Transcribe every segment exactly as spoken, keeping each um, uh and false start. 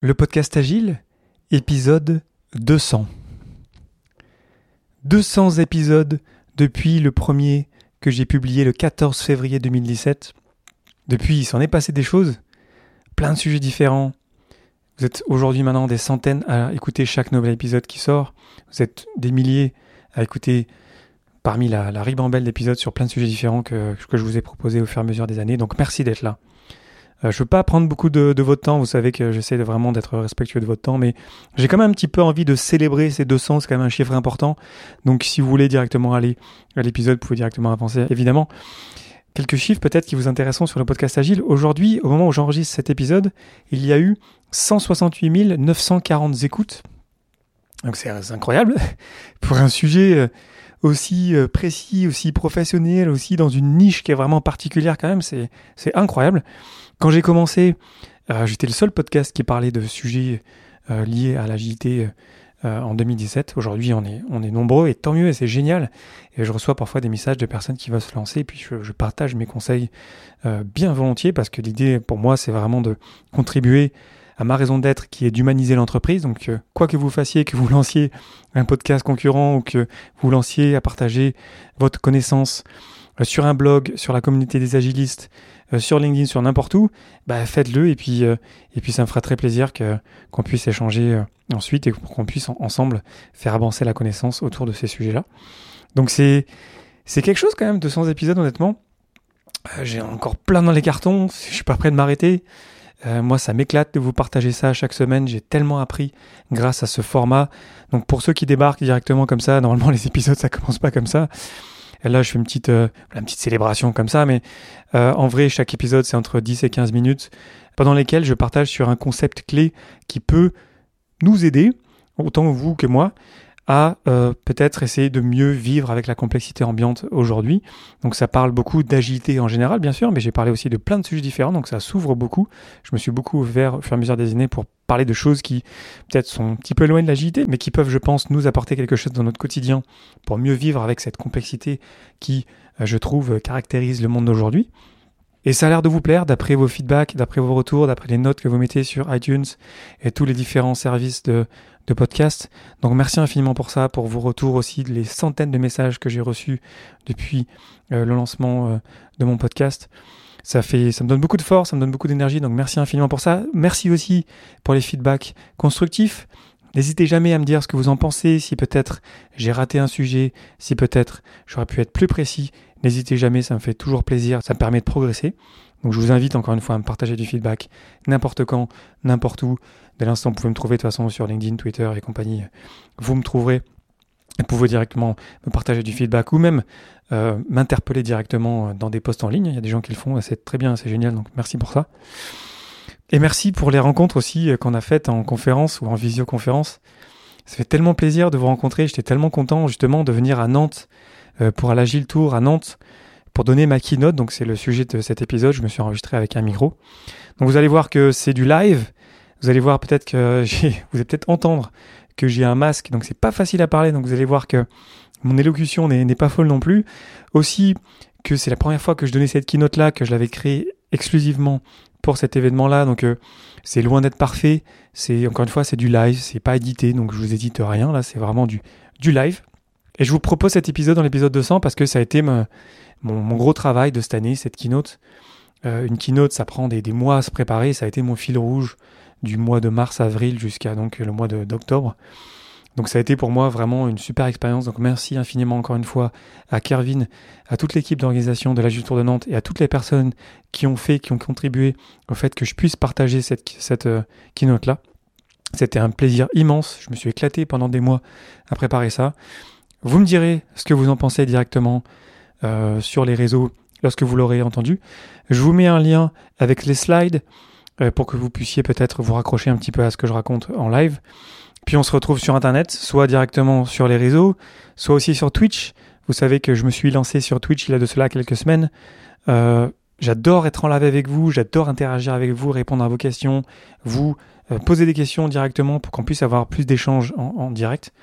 Le podcast Agile, épisode deux cents. deux cents épisodes depuis le premier que j'ai publié le quatorze février deux mille dix-sept. Depuis, il s'en est passé des choses, plein de sujets différents. Vous êtes aujourd'hui maintenant des centaines à écouter chaque nouvel épisode qui sort. Vous êtes des milliers à écouter parmi la, la ribambelle d'épisodes sur plein de sujets différents que, que je vous ai proposés au fur et à mesure des années. Donc merci d'être là. Euh, je ne veux pas prendre beaucoup de, de votre temps, vous savez que j'essaie de vraiment d'être respectueux de votre temps, mais j'ai quand même un petit peu envie de célébrer ces deux cents, c'est quand même un chiffre important. Donc si vous voulez directement aller à l'épisode, vous pouvez directement avancer, évidemment. Quelques chiffres peut-être qui vous intéresseront sur le podcast Agile. Aujourd'hui, au moment où j'enregistre cet épisode, il y a eu cent soixante-huit mille neuf cent quarante écoutes. Donc c'est, c'est incroyable pour un sujet aussi précis, aussi professionnel, aussi dans une niche qui est vraiment particulière quand même, c'est, c'est incroyable. Quand j'ai commencé, euh, j'étais le seul podcast qui parlait de sujets euh, liés à l'agilité euh, en deux mille dix-sept. Aujourd'hui, on est, on est nombreux et tant mieux, et c'est génial. Et je reçois parfois des messages de personnes qui veulent se lancer, et puis je, je partage mes conseils euh, bien volontiers, parce que l'idée pour moi, c'est vraiment de contribuer à ma raison d'être, qui est d'humaniser l'entreprise. Donc, euh, quoi que vous fassiez, que vous lanciez un podcast concurrent ou que vous lanciez à partager votre connaissance euh, sur un blog, sur la communauté des agilistes, euh, sur LinkedIn, sur n'importe où, bah, faites-le et puis, euh, et puis ça me fera très plaisir que, qu'on puisse échanger euh, ensuite et qu'on puisse en, ensemble faire avancer la connaissance autour de ces sujets-là. Donc, c'est, c'est quelque chose quand même, deux cents épisodes, honnêtement. Euh, j'ai encore plein dans les cartons, je suis pas prêt de m'arrêter. Euh, moi, ça m'éclate de vous partager ça chaque semaine. J'ai tellement appris grâce à ce format. Donc, pour ceux qui débarquent directement comme ça, normalement, les épisodes, ça commence pas comme ça. Et là, je fais une petite, euh, une petite célébration comme ça. Mais euh, en vrai, chaque épisode, c'est entre dix et quinze minutes pendant lesquelles je partage sur un concept clé qui peut nous aider, autant vous que moi, à euh, peut-être essayer de mieux vivre avec la complexité ambiante aujourd'hui. Donc ça parle beaucoup d'agilité en général, bien sûr, mais j'ai parlé aussi de plein de sujets différents, donc ça s'ouvre beaucoup. Je me suis beaucoup ouvert au fur et à mesure des années pour parler de choses qui peut-être sont un petit peu loin de l'agilité, mais qui peuvent, je pense, nous apporter quelque chose dans notre quotidien pour mieux vivre avec cette complexité qui, euh, je trouve, caractérise le monde d'aujourd'hui. Et ça a l'air de vous plaire, d'après vos feedbacks, d'après vos retours, d'après les notes que vous mettez sur iTunes et tous les différents services de de podcast. Donc merci infiniment pour ça, pour vos retours aussi, les centaines de messages que j'ai reçus depuis euh, le lancement euh, de mon podcast. Ça fait, ça me donne beaucoup de force, ça me donne beaucoup d'énergie, donc merci infiniment pour ça. Merci aussi pour les feedbacks constructifs. N'hésitez jamais à me dire ce que vous en pensez, si peut-être j'ai raté un sujet, si peut-être j'aurais pu être plus précis. N'hésitez jamais, ça me fait toujours plaisir, ça me permet de progresser. Donc je vous invite encore une fois à me partager du feedback n'importe quand, n'importe où. Dès l'instant, vous pouvez me trouver de toute façon sur LinkedIn, Twitter et compagnie. Vous me trouverez. Vous pouvez directement me partager du feedback ou même euh, m'interpeller directement dans des posts en ligne. Il y a des gens qui le font, c'est très bien, c'est génial, donc merci pour ça. Et merci pour les rencontres aussi qu'on a faites en conférence ou en visioconférence. Ça fait tellement plaisir de vous rencontrer. J'étais tellement content justement de venir à Nantes euh, pour l'Agile Tour à Nantes pour donner ma keynote. Donc c'est le sujet de cet épisode. Je me suis enregistré avec un micro. Donc vous allez voir que c'est du live. Vous allez voir peut-être que j'ai, vous allez peut-être entendre que j'ai un masque, donc c'est pas facile à parler, donc vous allez voir que mon élocution n'est, n'est pas folle non plus. Aussi que c'est la première fois que je donnais cette keynote-là, que je l'avais créée exclusivement pour cet événement-là, donc euh, c'est loin d'être parfait. C'est, encore une fois, c'est du live, c'est pas édité, donc je vous édite rien, là c'est vraiment du, du live. Et je vous propose cet épisode dans l'épisode deux cents parce que ça a été ma, mon, mon gros travail de cette année, cette keynote. Euh, une keynote, ça prend des, des mois à se préparer, ça a été mon fil rouge du mois de mars-avril jusqu'à donc le mois de, d'octobre. Donc ça a été pour moi vraiment une super expérience. Donc merci infiniment encore une fois à Kervin, à toute l'équipe d'organisation de l'Agile Tour de Nantes et à toutes les personnes qui ont fait, qui ont contribué au fait que je puisse partager cette, cette euh, keynote-là. C'était un plaisir immense. Je me suis éclaté pendant des mois à préparer ça. Vous me direz ce que vous en pensez directement euh, sur les réseaux lorsque vous l'aurez entendu. Je vous mets un lien avec les slides pour que vous puissiez peut-être vous raccrocher un petit peu à ce que je raconte en live. Puis on se retrouve sur Internet, soit directement sur les réseaux, soit aussi sur Twitch. Vous savez que je me suis lancé sur Twitch il y a de cela quelques semaines. Euh, j'adore être en live avec vous, j'adore interagir avec vous, répondre à vos questions, vous euh, poser des questions directement pour qu'on puisse avoir plus d'échanges en, en direct.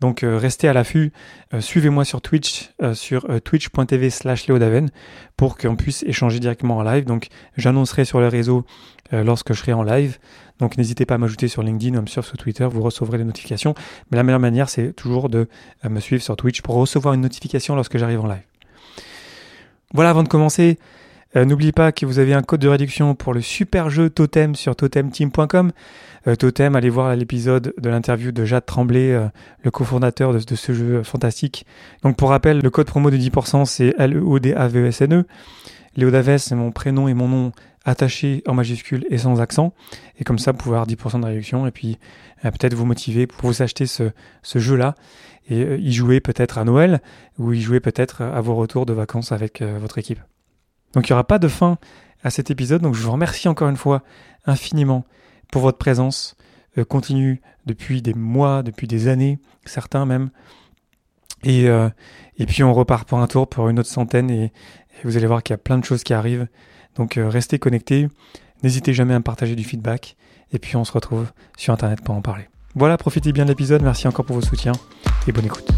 Donc euh, restez à l'affût, euh, suivez-moi sur Twitch, euh, sur euh, twitch.tv slash léodaven pour qu'on puisse échanger directement en live. Donc j'annoncerai sur les réseaux euh, lorsque je serai en live. Donc n'hésitez pas à m'ajouter sur LinkedIn ou à me suivre sur Twitter, vous recevrez les notifications. Mais la meilleure manière, c'est toujours de euh, me suivre sur Twitch pour recevoir une notification lorsque j'arrive en live. Voilà, avant de commencer, euh, n'oubliez pas que vous avez un code de réduction pour le super jeu Totem sur totem team point com. Euh, Totem, allez voir l'épisode de l'interview de Jade Tremblay, euh, le cofondateur de, de ce jeu fantastique. Donc pour rappel, le code promo de dix pour cent, c'est L E O D A V E S N E. Léodaves, c'est mon prénom et mon nom attachés en majuscule et sans accent. Et comme ça, vous pouvez avoir dix pour cent de réduction et puis euh, peut-être vous motiver pour vous acheter ce, ce jeu-là et euh, y jouer peut-être à Noël ou y jouer peut-être à vos retours de vacances avec euh, votre équipe. Donc il n'y aura pas de fin à cet épisode, donc je vous remercie encore une fois infiniment pour votre présence euh, continue depuis des mois, depuis des années, certains même. Et, euh, et puis on repart pour un tour pour une autre centaine et, et vous allez voir qu'il y a plein de choses qui arrivent. Donc euh, restez connectés, n'hésitez jamais à me partager du feedback et puis on se retrouve sur Internet pour en parler. Voilà, profitez bien de l'épisode, merci encore pour vos soutiens et bonne écoute.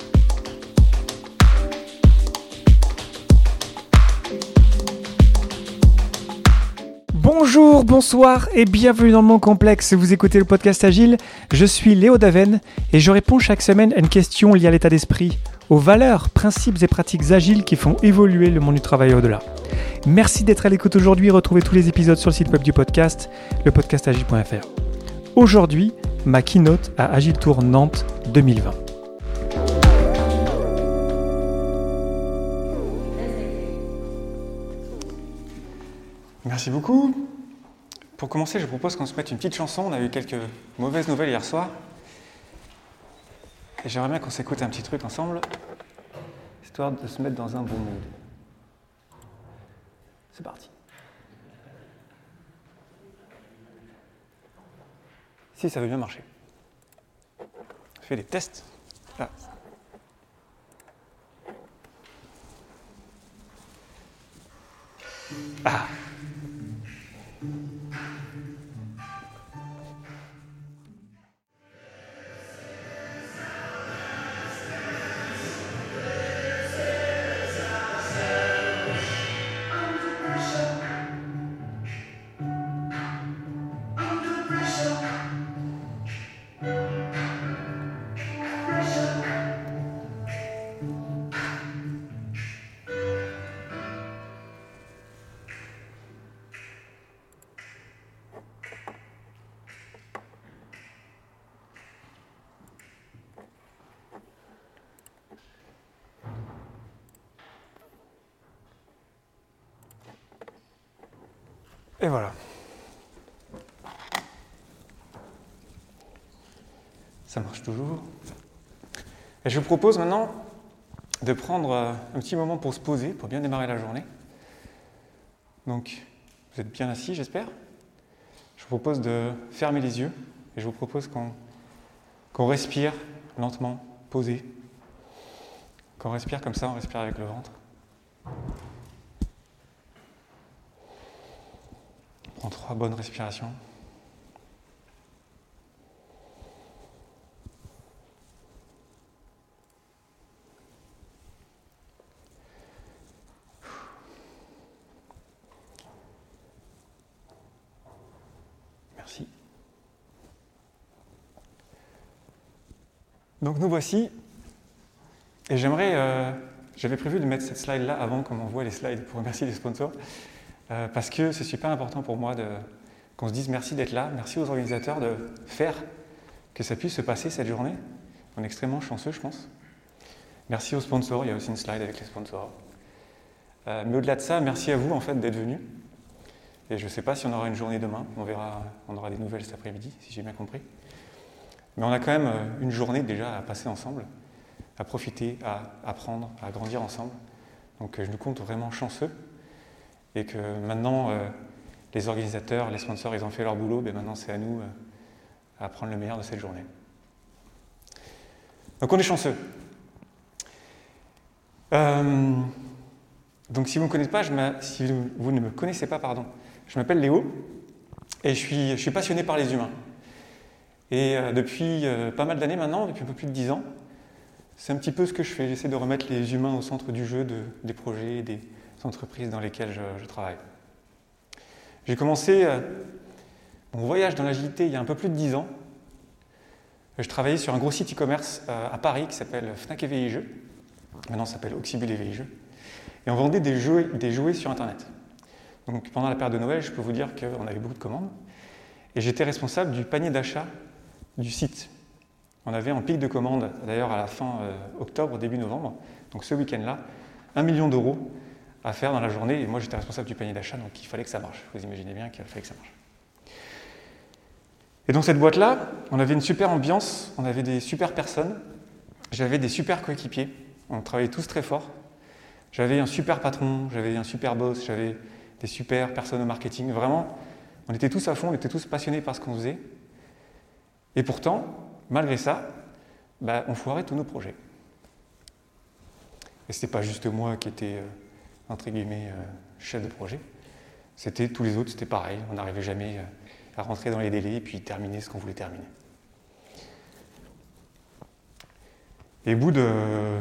Bonjour, bonsoir et bienvenue dans le Monde Complexe. Vous écoutez le podcast Agile. Je suis Léo Daven et je réponds chaque semaine à une question liée à l'état d'esprit, aux valeurs, principes et pratiques agiles qui font évoluer le monde du travail et au-delà. Merci d'être à l'écoute aujourd'hui. Retrouvez tous les épisodes sur le site web du podcast, le podcast agile point f r. Aujourd'hui, ma keynote à Agile Tour Nantes deux mille vingt. Merci beaucoup. Pour commencer, je propose qu'on se mette une petite chanson. On a eu quelques mauvaises nouvelles hier soir. Et j'aimerais bien qu'on s'écoute un petit truc ensemble, histoire de se mettre dans un bon mood. C'est parti. Si ça veut bien marcher. Je fais des tests. Là. Ah. Et voilà. Ça marche toujours. Et je vous propose maintenant de prendre un petit moment pour se poser, pour bien démarrer la journée. Donc, vous êtes bien assis, j'espère. Je vous propose de fermer les yeux et je vous propose qu'on, qu'on respire lentement, posé. Qu'on respire comme ça, on respire avec le ventre. On prend trois bonnes respirations. Merci. Donc nous voici. Et j'aimerais, euh, j'avais prévu de mettre cette slide-là avant qu'on m'envoie les slides pour remercier les sponsors. Euh, parce que c'est super important pour moi de, qu'on se dise merci d'être là, merci aux organisateurs de faire que ça puisse se passer cette journée. On est extrêmement chanceux, je pense. Merci aux sponsors, il y a aussi une slide avec les sponsors. Euh, mais au-delà de ça, merci à vous en fait d'être venus. Et je ne sais pas si on aura une journée demain, on verra, on aura des nouvelles cet après-midi, si j'ai bien compris. Mais on a quand même une journée déjà à passer ensemble, à profiter, à apprendre, à grandir ensemble. Donc je nous compte vraiment chanceux. Et que maintenant, euh, les organisateurs, les sponsors, ils ont fait leur boulot, mais maintenant c'est à nous euh, à prendre le meilleur de cette journée. Donc on est chanceux. Euh, donc si vous ne me connaissez pas, je si vous ne me connaissez pas, pardon, je m'appelle Léo et je suis, je suis passionné par les humains. Et euh, depuis euh, pas mal d'années maintenant, depuis un peu plus de dix ans, c'est un petit peu ce que je fais. J'essaie de remettre les humains au centre du jeu de, des projets, des entreprises dans lesquelles je, je travaille. J'ai commencé euh, mon voyage dans l'agilité il y a un peu plus de dix ans. Je travaillais sur un gros site e-commerce euh, à Paris qui s'appelle Fnac et V I Jeux. Maintenant, ça s'appelle Auxibus et V I Jeux. Et on vendait des jouets, des jouets sur Internet. Donc pendant la période de Noël, je peux vous dire qu'on avait beaucoup de commandes. Et j'étais responsable du panier d'achat du site. On avait un pic de commandes, d'ailleurs à la fin euh, octobre, début novembre, donc ce week-end-là, un million d'euros à faire dans la journée. Et moi, j'étais responsable du panier d'achat, donc il fallait que ça marche. Vous imaginez bien qu'il fallait que ça marche. Et dans cette boîte-là, on avait une super ambiance, on avait des super personnes, j'avais des super coéquipiers, on travaillait tous très fort. J'avais un super patron, j'avais un super boss, j'avais des super personnes au marketing. Vraiment, on était tous à fond, on était tous passionnés par ce qu'on faisait. Et pourtant, malgré ça, bah, on foirait tous nos projets. Et ce n'était pas juste moi qui étais, euh, entre guillemets, euh, chef de projet. C'était tous les autres, c'était pareil. On n'arrivait jamais à rentrer dans les délais et puis terminer ce qu'on voulait terminer. Et au bout de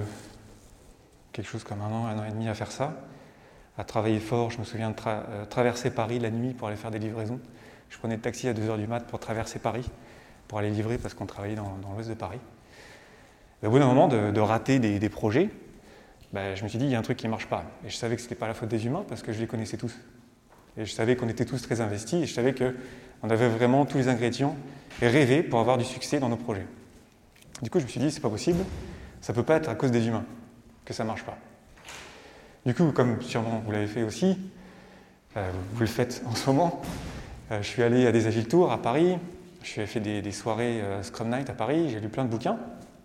quelque chose comme un an, un an et demi à faire ça, à travailler fort, je me souviens de tra- euh, traverser Paris la nuit pour aller faire des livraisons. Je prenais le taxi à deux heures du mat pour traverser Paris, pour aller livrer parce qu'on travaillait dans, dans l'ouest de Paris. Et au bout d'un moment, de, de rater des, des projets, ben, je me suis dit, il y a un truc qui ne marche pas. Et je savais que ce n'était pas la faute des humains parce que je les connaissais tous. Et je savais qu'on était tous très investis et je savais qu'on avait vraiment tous les ingrédients et rêvé pour avoir du succès dans nos projets. Du coup, je me suis dit, c'est pas possible, ça ne peut pas être à cause des humains que ça ne marche pas. Du coup, comme sûrement vous l'avez fait aussi, euh, vous le faites en ce moment, euh, je suis allé à des Agile Tours à Paris, je suis fait des, des soirées euh, Scrum Night à Paris, j'ai lu plein de bouquins.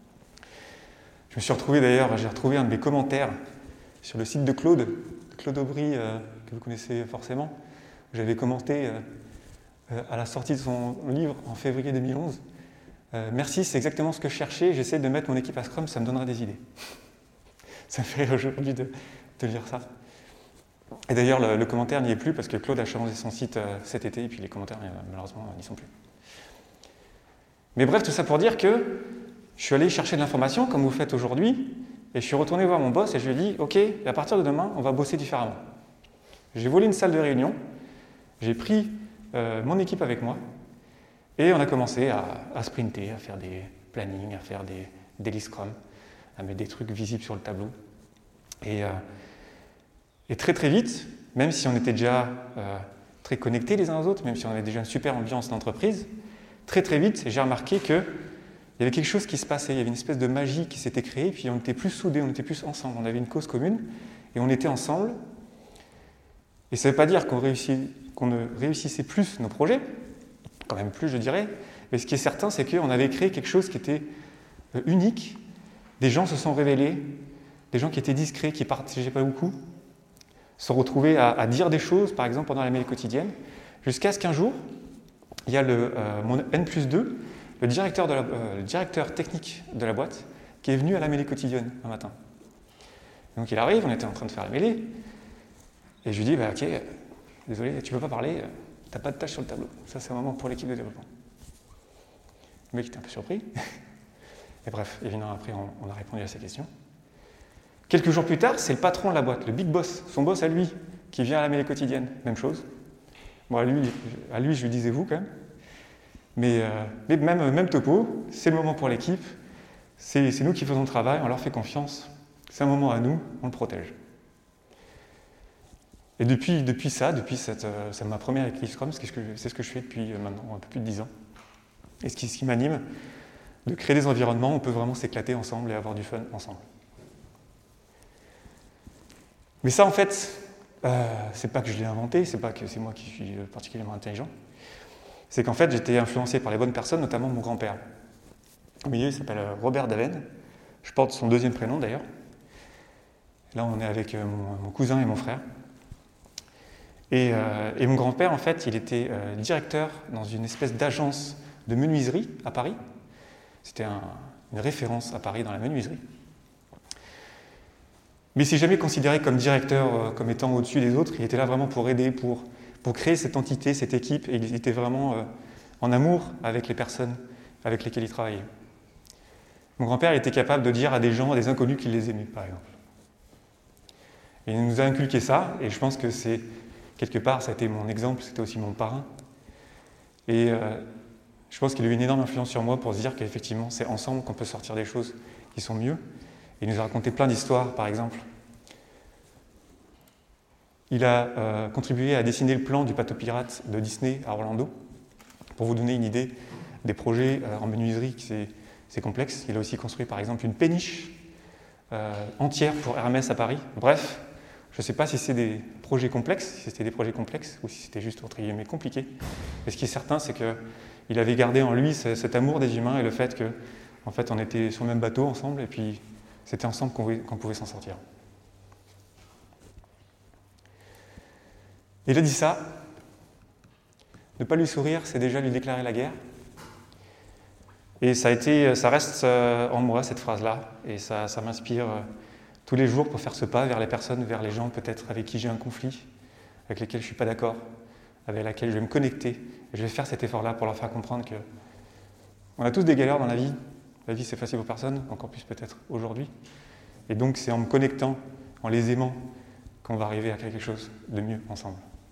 Je me suis retrouvé d'ailleurs, j'ai retrouvé un de mes commentaires sur le site de Claude, de Claude Aubry, euh, que vous connaissez forcément. J'avais commenté euh, euh, à la sortie de son livre en février deux mille onze. Euh, merci, c'est exactement ce que je cherchais, j'essaie de mettre mon équipe à Scrum, ça me donnera des idées. Ça me fait rire aujourd'hui de, de lire ça. Et d'ailleurs, le, le commentaire n'y est plus parce que Claude a changé son site euh, cet été et puis les commentaires, malheureusement, n'y sont plus. Mais bref, tout ça pour dire que je suis allé chercher de l'information, comme vous faites aujourd'hui, et je suis retourné voir mon boss et je lui ai dit « Ok, à partir de demain, on va bosser différemment. » J'ai volé une salle de réunion, j'ai pris euh, mon équipe avec moi, et on a commencé à, à sprinter, à faire des plannings, à faire des daily scrum, à mettre des trucs visibles sur le tableau. Et, euh, et très très vite, même si on était déjà euh, très connectés les uns aux autres, même si on avait déjà une super ambiance d'entreprise, très très vite, j'ai remarqué qu'il y avait quelque chose qui se passait, il y avait une espèce de magie qui s'était créée, puis on était plus soudés, on était plus ensemble, on avait une cause commune, et on était ensemble. Et ça ne veut pas dire qu'on, réussit, qu'on ne réussissait plus nos projets, quand même plus je dirais, mais ce qui est certain, c'est qu'on avait créé quelque chose qui était euh, unique. Des gens se sont révélés, des gens qui étaient discrets, qui ne partageaient pas beaucoup, se sont retrouvés à, à dire des choses, par exemple pendant la mail quotidienne, jusqu'à ce qu'un jour, il y a le, euh, mon N plus deux, le directeur, de la, euh, le directeur technique de la boîte, qui est venu à la mêlée quotidienne un matin. Donc il arrive, on était en train de faire la mêlée, et je lui dis, bah, ok, désolé, tu ne peux pas parler, tu n'as pas de tâche sur le tableau. Ça, c'est un moment pour l'équipe de développement. Le mec était un peu surpris. Et bref, évidemment, après, on, on a répondu à ces questions. Quelques jours plus tard, c'est le patron de la boîte, le big boss, son boss à lui, qui vient à la mêlée quotidienne. Même chose. Bon, à lui, à lui je lui disais vous, quand même. Mais, euh, mais même, même topo, c'est le moment pour l'équipe, c'est, c'est nous qui faisons le travail, on leur fait confiance, c'est un moment à nous, on le protège. Et depuis, depuis ça, depuis cette, euh, c'est ma première équipe Scrum, c'est ce que, c'est ce que je fais depuis euh, maintenant un peu plus de dix ans. Et ce qui, ce qui m'anime, de créer des environnements où on peut vraiment s'éclater ensemble et avoir du fun ensemble. Mais ça, en fait, euh, c'est pas que je l'ai inventé, c'est pas que c'est moi qui suis particulièrement intelligent. C'est qu'en fait, j'étais influencé par les bonnes personnes, notamment mon grand-père. Au milieu, il s'appelle Robert Daven. Je porte son deuxième prénom, d'ailleurs. Là, on est avec mon, mon cousin et mon frère. Et, euh, et mon grand-père, en fait, il était euh, directeur dans une espèce d'agence de menuiserie à Paris. C'était un, une référence à Paris dans la menuiserie. Mais il ne s'est jamais considéré comme directeur, euh, comme étant au-dessus des autres. Il était là vraiment pour aider, pour, pour créer cette entité, cette équipe. Et il était vraiment euh, en amour avec les personnes. avec lesquels il travaillait. Mon grand-père était capable de dire à des gens, à des inconnus, qu'il les aimait, par exemple. Et il nous a inculqué ça, et je pense que c'est, quelque part, ça a été mon exemple, c'était aussi mon parrain. Et euh, je pense qu'il a eu une énorme influence sur moi pour se dire qu'effectivement, c'est ensemble qu'on peut sortir des choses qui sont mieux. Il nous a raconté plein d'histoires, par exemple. Il a euh, contribué à dessiner le plan du bateau pirate de Disney à Orlando. Pour vous donner une idée des projets euh, en menuiserie, c'est, c'est complexe. Il a aussi construit, par exemple, une péniche euh, entière pour Hermès à Paris. Bref, je ne sais pas si c'est des projets complexes, si c'était des projets complexes ou si c'était juste, entre guillemets, compliqué. Mais ce qui est certain, c'est qu'il avait gardé en lui ce, cet amour des humains et le fait que, en fait, on était sur le même bateau ensemble et puis c'était ensemble qu'on pouvait, qu'on pouvait s'en sortir. Il a dit ça. Ne pas lui sourire, c'est déjà lui déclarer la guerre. Et ça, a été, ça reste en moi, cette phrase-là, et ça, ça m'inspire tous les jours pour faire ce pas vers les personnes, vers les gens peut-être avec qui j'ai un conflit, avec lesquels je ne suis pas d'accord, avec lesquels je vais me connecter. Et je vais faire cet effort-là pour leur faire comprendre que on a tous des galères dans la vie. La vie, c'est facile pour personne, encore plus peut-être aujourd'hui. Et donc, c'est en me connectant, en les aimant, qu'on va arriver à quelque chose de mieux ensemble.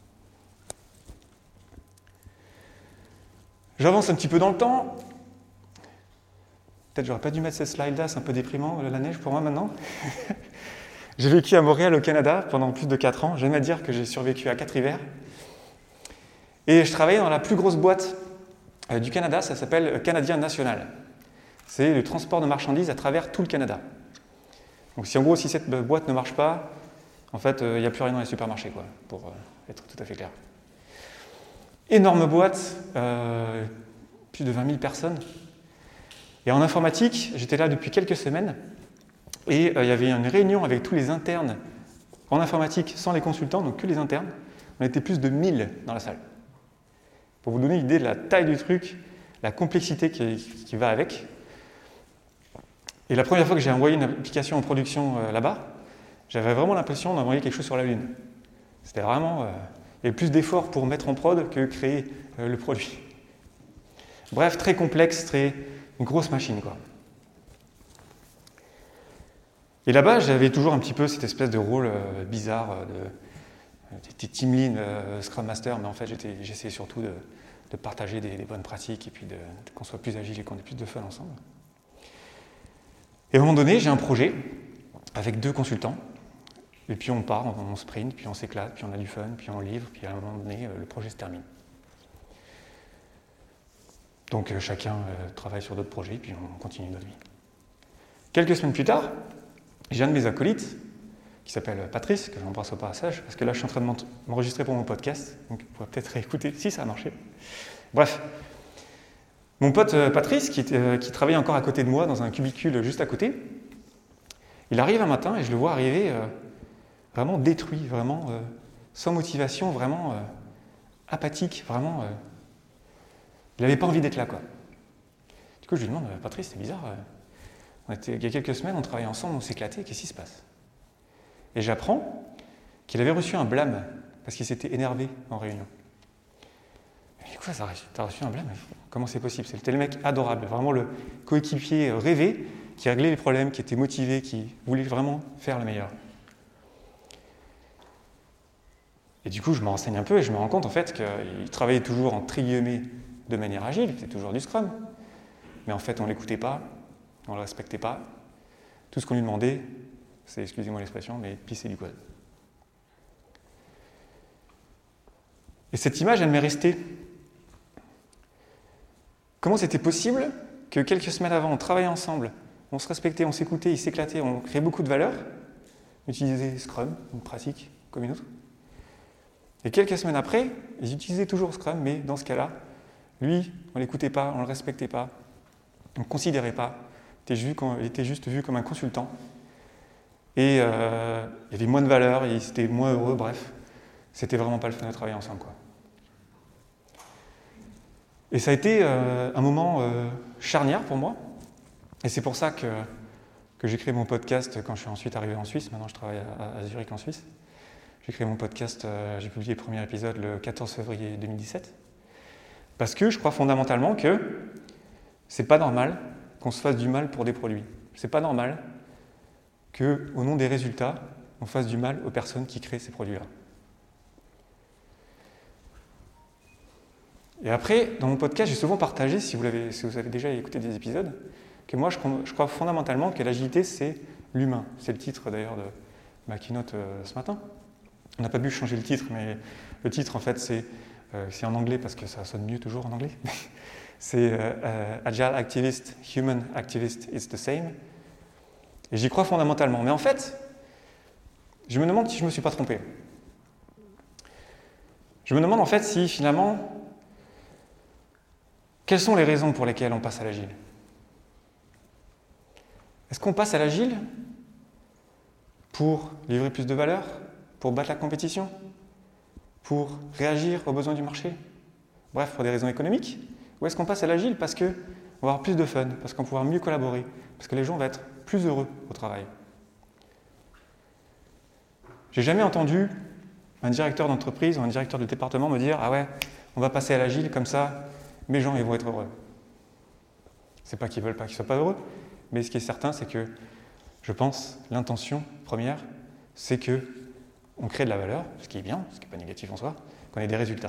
J'avance un petit peu dans le temps. Peut-être j'aurais pas dû mettre cette slide-là, c'est un peu déprimant, la neige pour moi maintenant. J'ai vécu à Montréal, au Canada, pendant plus de quatre ans. J'aime à dire que j'ai survécu à quatre hivers. Et je travaillais dans la plus grosse boîte euh, du Canada, ça s'appelle Canadien National. C'est le transport de marchandises à travers tout le Canada. Donc si en gros, si cette boîte ne marche pas, en fait, il euh, n'y a plus rien dans les supermarchés, quoi, pour euh, être tout à fait clair. Énorme boîte, euh, plus de vingt mille personnes. Et en informatique, j'étais là depuis quelques semaines, et euh, il y avait une réunion avec tous les internes en informatique, sans les consultants, donc que les internes. On était plus de mille dans la salle. Pour vous donner une idée de la taille du truc, la complexité qui, qui va avec. Et la première fois que j'ai envoyé une application en production euh, là-bas, j'avais vraiment l'impression d'envoyer quelque chose sur la Lune. C'était vraiment... Euh, il y avait plus d'efforts pour mettre en prod que créer euh, le produit. Bref, très complexe, très... une grosse machine, quoi. Et là-bas, j'avais toujours un petit peu cette espèce de rôle euh, bizarre euh, de... J'étais team lead, euh, Scrum Master, mais en fait, j'étais, j'essayais surtout de, de partager des, des bonnes pratiques et puis de, de, qu'on soit plus agile et qu'on ait plus de fun ensemble. Et à un moment donné, j'ai un projet avec deux consultants. Et puis on part, on, on sprint, puis on s'éclate, puis on a du fun, puis on livre, puis à un moment donné, euh, le projet se termine. Donc euh, chacun euh, travaille sur d'autres projets, puis on continue notre vie. Quelques semaines plus tard, j'ai un de mes acolytes, qui s'appelle Patrice, que j'embrasse au passage, parce que là je suis en train de m'enregistrer pour mon podcast, donc vous pourrez peut-être réécouter si ça a marché. Bref, mon pote euh, Patrice, qui, était, euh, qui travaillait encore à côté de moi, dans un cubicule juste à côté, il arrive un matin et je le vois arriver euh, vraiment détruit, vraiment euh, sans motivation, vraiment euh, apathique, vraiment... Euh, il n'avait pas envie d'être là, quoi. Du coup, je lui demande, Patrice, c'est bizarre, euh, on était, il y a quelques semaines, on travaillait ensemble, on s'éclatait, qu'est-ce qui se passe? Et j'apprends qu'il avait reçu un blâme, parce qu'il s'était énervé en réunion. Et du coup, ça, t'as reçu un blâme? Comment c'est possible? C'était le mec adorable, vraiment le coéquipier rêvé, qui réglait les problèmes, qui était motivé, qui voulait vraiment faire le meilleur. Et du coup, je me renseigne un peu et je me rends compte en fait qu'il travaillait toujours en guillemets de manière agile, c'était toujours du Scrum. Mais en fait, on ne l'écoutait pas, on ne le respectait pas. Tout ce qu'on lui demandait, c'est, excusez-moi l'expression, mais pisser du code. Et cette image, elle m'est restée. Comment c'était possible que quelques semaines avant, on travaillait ensemble, on se respectait, on s'écoutait, il s'éclatait, on créait beaucoup de valeur, on utilisait Scrum, une pratique comme une autre. Et quelques semaines après, ils utilisaient toujours Scrum, mais dans ce cas-là, lui, on ne l'écoutait pas, on ne le respectait pas, on ne le considérait pas, il était juste vu comme un consultant. Et euh, il y avait moins de valeur, il était moins heureux, bref. C'était vraiment pas le fun de travailler ensemble, quoi. Et ça a été euh, un moment euh, charnière pour moi. Et c'est pour ça que, que j'ai créé mon podcast quand je suis ensuite arrivé en Suisse. Maintenant, je travaille à, à Zurich, en Suisse. J'ai créé mon podcast, euh, j'ai publié le premier épisode le quatorze février deux mille dix-sept. Parce que je crois fondamentalement que c'est pas normal qu'on se fasse du mal pour des produits. C'est pas normal qu'au nom des résultats, on fasse du mal aux personnes qui créent ces produits-là. Et après, dans mon podcast, j'ai souvent partagé, si vous, l'avez, si vous avez déjà écouté des épisodes, que moi, je, je crois fondamentalement que l'agilité, c'est l'humain. C'est le titre, d'ailleurs, de ma keynote euh, ce matin. On n'a pas pu changer le titre, mais le titre, en fait, c'est, euh, c'est en anglais, parce que ça sonne mieux toujours en anglais. c'est euh, euh, Agile Activist, Human Activist, it's the same. Et j'y crois fondamentalement. Mais en fait, je me demande si je ne me suis pas trompé. Je me demande, en fait, si, finalement, quelles sont les raisons pour lesquelles on passe à l'agile? Est-ce qu'on passe à l'agile pour livrer plus de valeur, pour battre la compétition, pour réagir aux besoins du marché, bref, pour des raisons économiques? Ou est-ce qu'on passe à l'agile parce qu'on va avoir plus de fun, parce qu'on va pouvoir mieux collaborer, parce que les gens vont être plus heureux au travail? J'ai jamais entendu un directeur d'entreprise ou un directeur de département me dire « Ah ouais, on va passer à l'agile, comme ça, mes gens ils vont être heureux. » C'est pas qu'ils veulent pas qu'ils soient pas heureux, mais ce qui est certain, c'est que, je pense, l'intention première, c'est que on crée de la valeur, ce qui est bien, ce qui n'est pas négatif en soi, qu'on ait des résultats.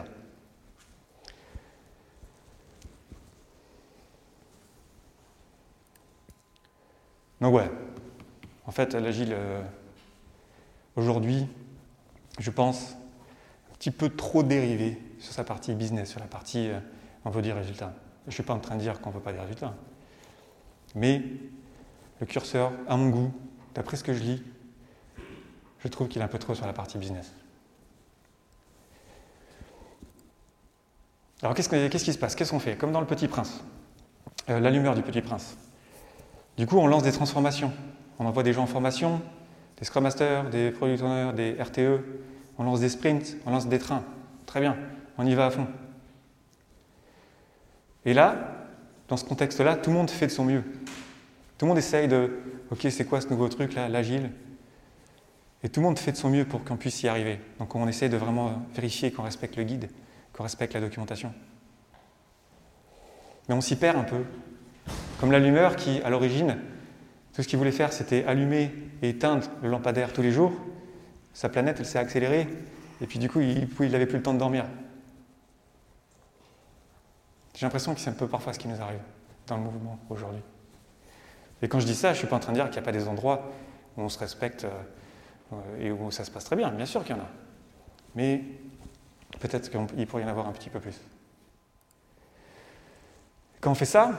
Donc ouais, en fait, l'agile, euh, aujourd'hui, je pense, un petit peu trop dérivé sur sa partie business, sur la partie, euh, on veut dire résultats. Je ne suis pas en train de dire qu'on ne veut pas des résultats. Mais le curseur, à mon goût, d'après ce que je lis, je trouve qu'il est un peu trop sur la partie business. Alors qu'est-ce, que, qu'est-ce qui se passe? Qu'est-ce qu'on fait? Comme dans Le Petit Prince, euh, l'allumeur du Petit Prince. Du coup, on lance des transformations. On envoie des gens en formation, des Scrum Masters, des Product Owners, des R T E. On lance des sprints, on lance des trains. Très bien, on y va à fond. Et là, dans ce contexte-là, tout le monde fait de son mieux. Tout le monde essaye de « Ok, c'est quoi ce nouveau truc, là, l'agile ?» Et tout le monde fait de son mieux pour qu'on puisse y arriver. Donc on essaye de vraiment vérifier qu'on respecte le guide, qu'on respecte la documentation. Mais on s'y perd un peu. Comme l'allumeur qui, à l'origine, tout ce qu'il voulait faire, c'était allumer et éteindre le lampadaire tous les jours. Sa planète, elle s'est accélérée. Et puis du coup, il n'avait plus le temps de dormir. J'ai l'impression que c'est un peu parfois ce qui nous arrive dans le mouvement aujourd'hui. Et quand je dis ça, je ne suis pas en train de dire qu'il n'y a pas des endroits où on se respecte euh, et où ça se passe très bien. Bien sûr qu'il y en a. Mais peut-être qu'il pourrait y en avoir un petit peu plus. Quand on fait ça,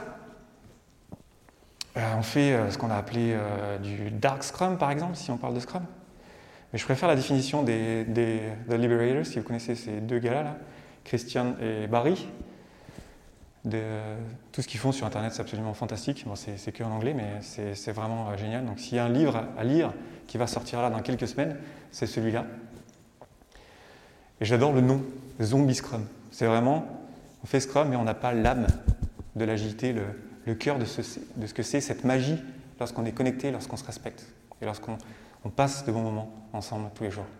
euh, on fait euh, ce qu'on a appelé euh, du Dark Scrum, par exemple, si on parle de Scrum. Mais je préfère la définition des, des, des Liberators, si vous connaissez ces deux gars-là, là, Christian et Barry. De, tout ce qu'ils font sur Internet, c'est absolument fantastique. Bon, c'est, c'est que en anglais, mais c'est, c'est vraiment euh, génial. Donc s'il y a un livre à lire qui va sortir là dans quelques semaines, c'est celui-là. Et j'adore le nom, Zombie Scrum. C'est vraiment, on fait Scrum, mais on n'a pas l'âme de l'agilité, le, le cœur de ce, de ce que c'est, cette magie lorsqu'on est connecté, lorsqu'on se respecte et lorsqu'on on passe de bons moments ensemble tous les jours.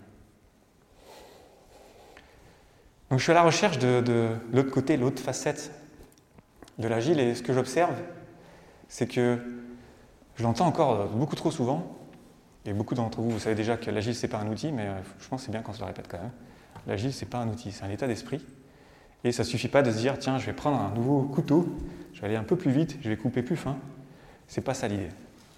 Donc je suis à la recherche de, de l'autre côté, l'autre facette de l'agile, et ce que j'observe, c'est que je l'entends encore beaucoup trop souvent, et beaucoup d'entre vous, vous savez déjà que l'agile, c'est pas un outil, mais je pense que c'est bien qu'on se le répète quand même. L'agile, c'est pas un outil, c'est un état d'esprit, et ça suffit pas de se dire, tiens, je vais prendre un nouveau couteau, je vais aller un peu plus vite, je vais couper plus fin. C'est pas ça l'idée.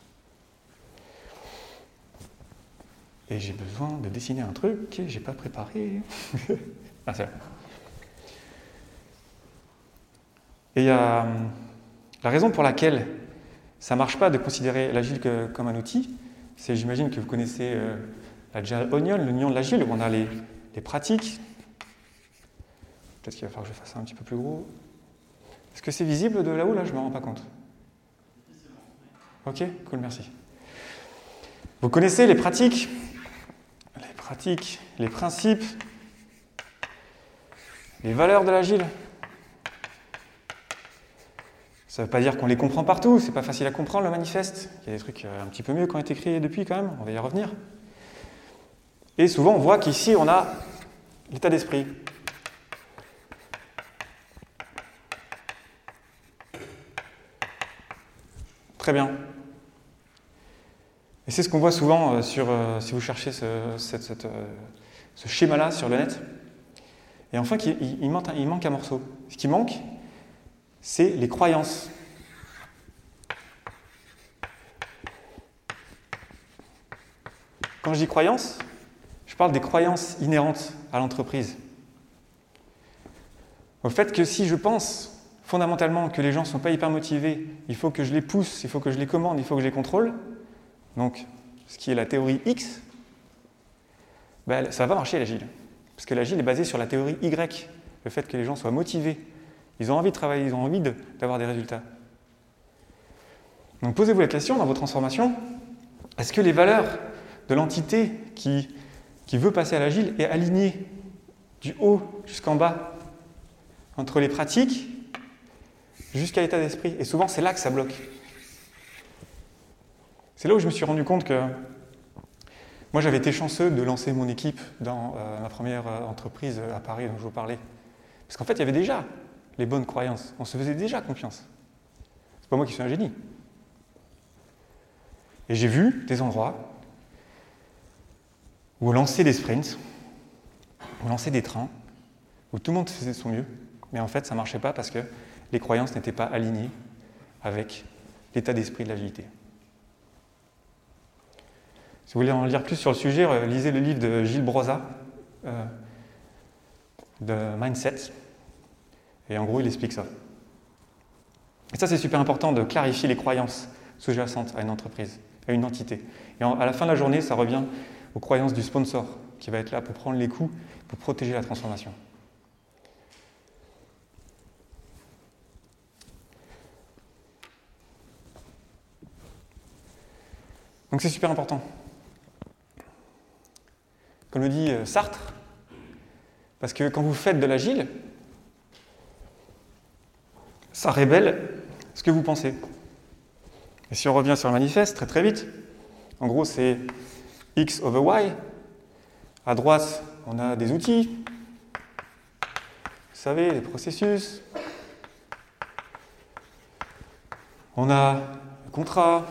Et j'ai besoin de dessiner un truc que j'ai pas préparé. Ah, c'est là. Et il y a la raison pour laquelle ça ne marche pas de considérer l'agile que, comme un outil, c'est, j'imagine que vous connaissez euh, l'Agile Onion, l'oignon de l'agile, où on a les, les pratiques. Peut-être qu'il va falloir que je fasse ça un petit peu plus gros. Est-ce que c'est visible de là-haut, là? Je ne me rends pas compte. Ok, cool, merci. Vous connaissez les pratiques, les pratiques, les principes, les valeurs de l'agile. Ça ne veut pas dire qu'on les comprend partout, c'est pas facile à comprendre le manifeste. Il y a des trucs un petit peu mieux qui ont été créés depuis quand même, on va y revenir. Et souvent on voit qu'ici on a l'état d'esprit. Très bien. Et c'est ce qu'on voit souvent euh, sur, euh, si vous cherchez ce, cette, cette, euh, ce schéma-là sur le net. Et enfin, il, il, il, manque, il manque un morceau. Ce qui manque, c'est les croyances. Quand je dis croyances, je parle des croyances inhérentes à l'entreprise. Au fait que si je pense fondamentalement que les gens ne sont pas hyper motivés, il faut que je les pousse, il faut que je les commande, il faut que je les contrôle, donc ce qui est la théorie X, ben, ça va marcher l'agile. Parce que l'agile est basé sur la théorie Y, le fait que les gens soient motivés, ils ont envie de travailler, ils ont envie de, d'avoir des résultats. Donc posez-vous la question dans vos transformations, est-ce que les valeurs de l'entité qui, qui veut passer à l'agile est alignée du haut jusqu'en bas entre les pratiques jusqu'à l'état d'esprit. Et souvent, c'est là que ça bloque. C'est là où je me suis rendu compte que moi, j'avais été chanceux de lancer mon équipe dans euh, ma première euh, entreprise à Paris dont je vous parlais. Parce qu'en fait, il y avait déjà les bonnes croyances. On se faisait déjà confiance. C'est pas moi qui suis un génie. Et j'ai vu des endroits où on lançait des sprints, où on lançait des trains, où tout le monde faisait de son mieux, mais en fait, ça ne marchait pas parce que les croyances n'étaient pas alignées avec l'état d'esprit de l'agilité. Si vous voulez en lire plus sur le sujet, lisez le livre de Gilles Broza, euh, de Mindset, et en gros, il explique ça. Et ça, c'est super important de clarifier les croyances sous-jacentes à une entreprise, à une entité. Et en, à la fin de la journée, ça revient aux croyances du sponsor, qui va être là pour prendre les coups, pour protéger la transformation. Donc c'est super important. Comme le dit Sartre, parce que quand vous faites de l'agile, ça révèle ce que vous pensez. Et si on revient sur le manifeste, très très vite, en gros c'est X over Y. À droite, on a des outils, vous savez, les processus. On a le contrat,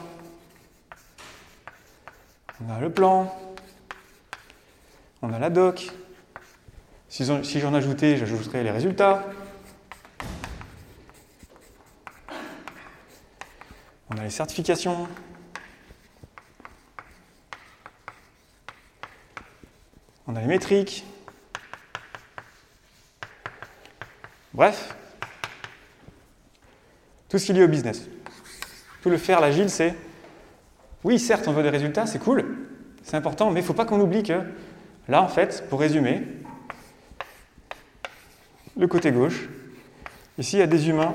on a le plan, on a la doc. Si j'en, si j'en ajoutais, j'ajouterais les résultats. On a les certifications. On a les métriques. Bref, tout ce qui est lié au business. Tout le faire, l'agile, c'est oui, certes, on veut des résultats, c'est cool, c'est important, mais il ne faut pas qu'on oublie que là, en fait, pour résumer, le côté gauche, ici, il y a des humains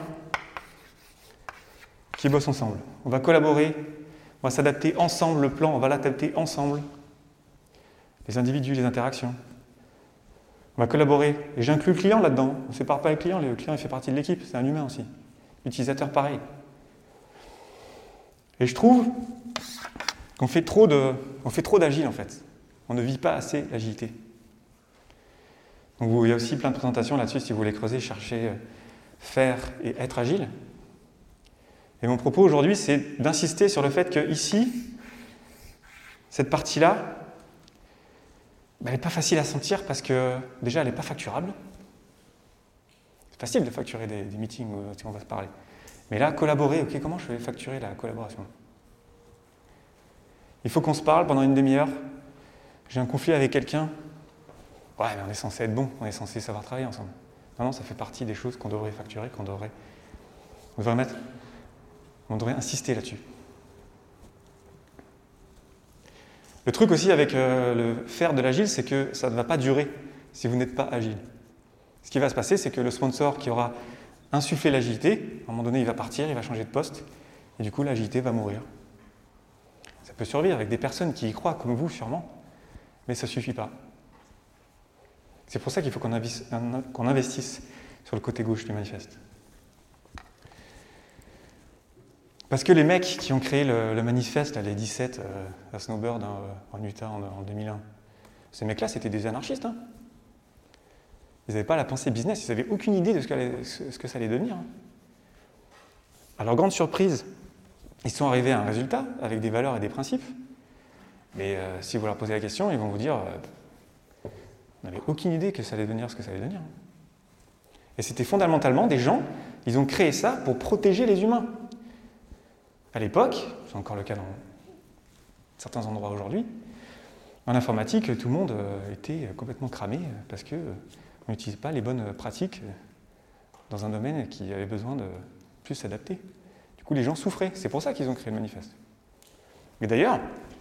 qui bossent ensemble. On va collaborer, on va s'adapter ensemble, le plan, on va l'adapter ensemble. Les individus, les interactions. On va collaborer. Et j'inclus le client là-dedans. On ne sépare pas le client, le client il fait partie de l'équipe, c'est un humain aussi. L'utilisateur pareil. Et je trouve qu'on fait trop de, on fait trop d'agile en fait. On ne vit pas assez l'agilité. Donc il y a aussi plein de présentations là-dessus, si vous voulez creuser, chercher, faire et être agile. Et mon propos aujourd'hui, c'est d'insister sur le fait que ici, cette partie-là, ben, elle n'est pas facile à sentir parce que déjà, elle n'est pas facturable. C'est facile de facturer des, des meetings où on va se parler. Mais là, collaborer, ok, comment je vais facturer la collaboration ? Il faut qu'on se parle pendant une demi-heure. J'ai un conflit avec quelqu'un. Ouais, mais on est censé être bon, on est censé savoir travailler ensemble. Non, non, ça fait partie des choses qu'on devrait facturer, qu'on devrait, on devrait mettre, on devrait insister là-dessus. Le truc aussi avec euh, le faire de l'agile, c'est que ça ne va pas durer si vous n'êtes pas agile. Ce qui va se passer, c'est que le sponsor qui aura insufflé l'agilité, à un moment donné, il va partir, il va changer de poste, et du coup, l'agilité va mourir. Ça peut survivre avec des personnes qui y croient, comme vous sûrement, mais ça ne suffit pas. C'est pour ça qu'il faut qu'on investisse, qu'on investisse sur le côté gauche du manifeste. Parce que les mecs qui ont créé le, le manifeste, là, les dix-sept euh, à Snowbird hein, en Utah en, en deux mille un, ces mecs-là, c'était des anarchistes. Hein. Ils n'avaient pas la pensée business, ils n'avaient aucune idée de ce, allait, ce que ça allait devenir. Hein. À leur grande surprise, Ils sont arrivés à un résultat avec des valeurs et des principes. Mais euh, si vous leur posez la question, ils vont vous dire euh, « on n'avait aucune idée que ça allait devenir ce que ça allait devenir ». Et c'était fondamentalement des gens, ils ont créé ça pour protéger les humains. À l'époque, c'est encore le cas dans certains endroits aujourd'hui, en informatique, tout le monde euh, était complètement cramé parce qu'on euh, n'utilisait pas les bonnes pratiques dans un domaine qui avait besoin de plus s'adapter. Du coup, les gens souffraient. C'est pour ça qu'ils ont créé le manifeste. Et d'ailleurs,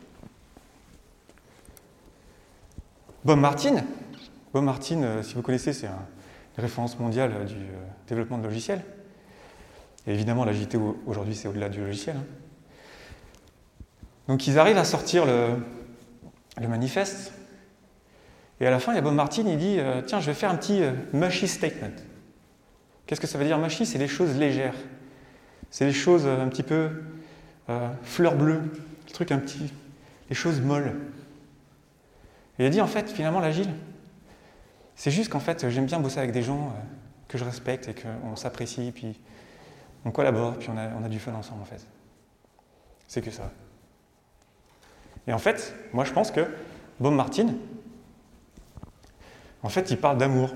Bob Martin, Bob Martin, euh, si vous connaissez, c'est un, une référence mondiale euh, du euh, développement de logiciels. Et évidemment, l'agilité aujourd'hui, c'est au-delà du logiciel. Hein. Donc, ils arrivent à sortir le, le manifeste. Et à la fin, il y a Bob Martin, il dit euh, « Tiens, je vais faire un petit euh, mushy statement ». Qu'est-ce que ça veut dire mushy? C'est les choses légères. C'est les choses euh, un petit peu euh, fleurs bleues, les trucs un petit, les choses molles. Et il a dit en fait, finalement, l'agile, c'est juste qu'en fait, j'aime bien bosser avec des gens euh, que je respecte et qu'on s'apprécie, puis on collabore, puis on a, on a du fun ensemble, en fait. C'est que ça. Et en fait, moi, je pense que Bob Martin, en fait, il parle d'amour.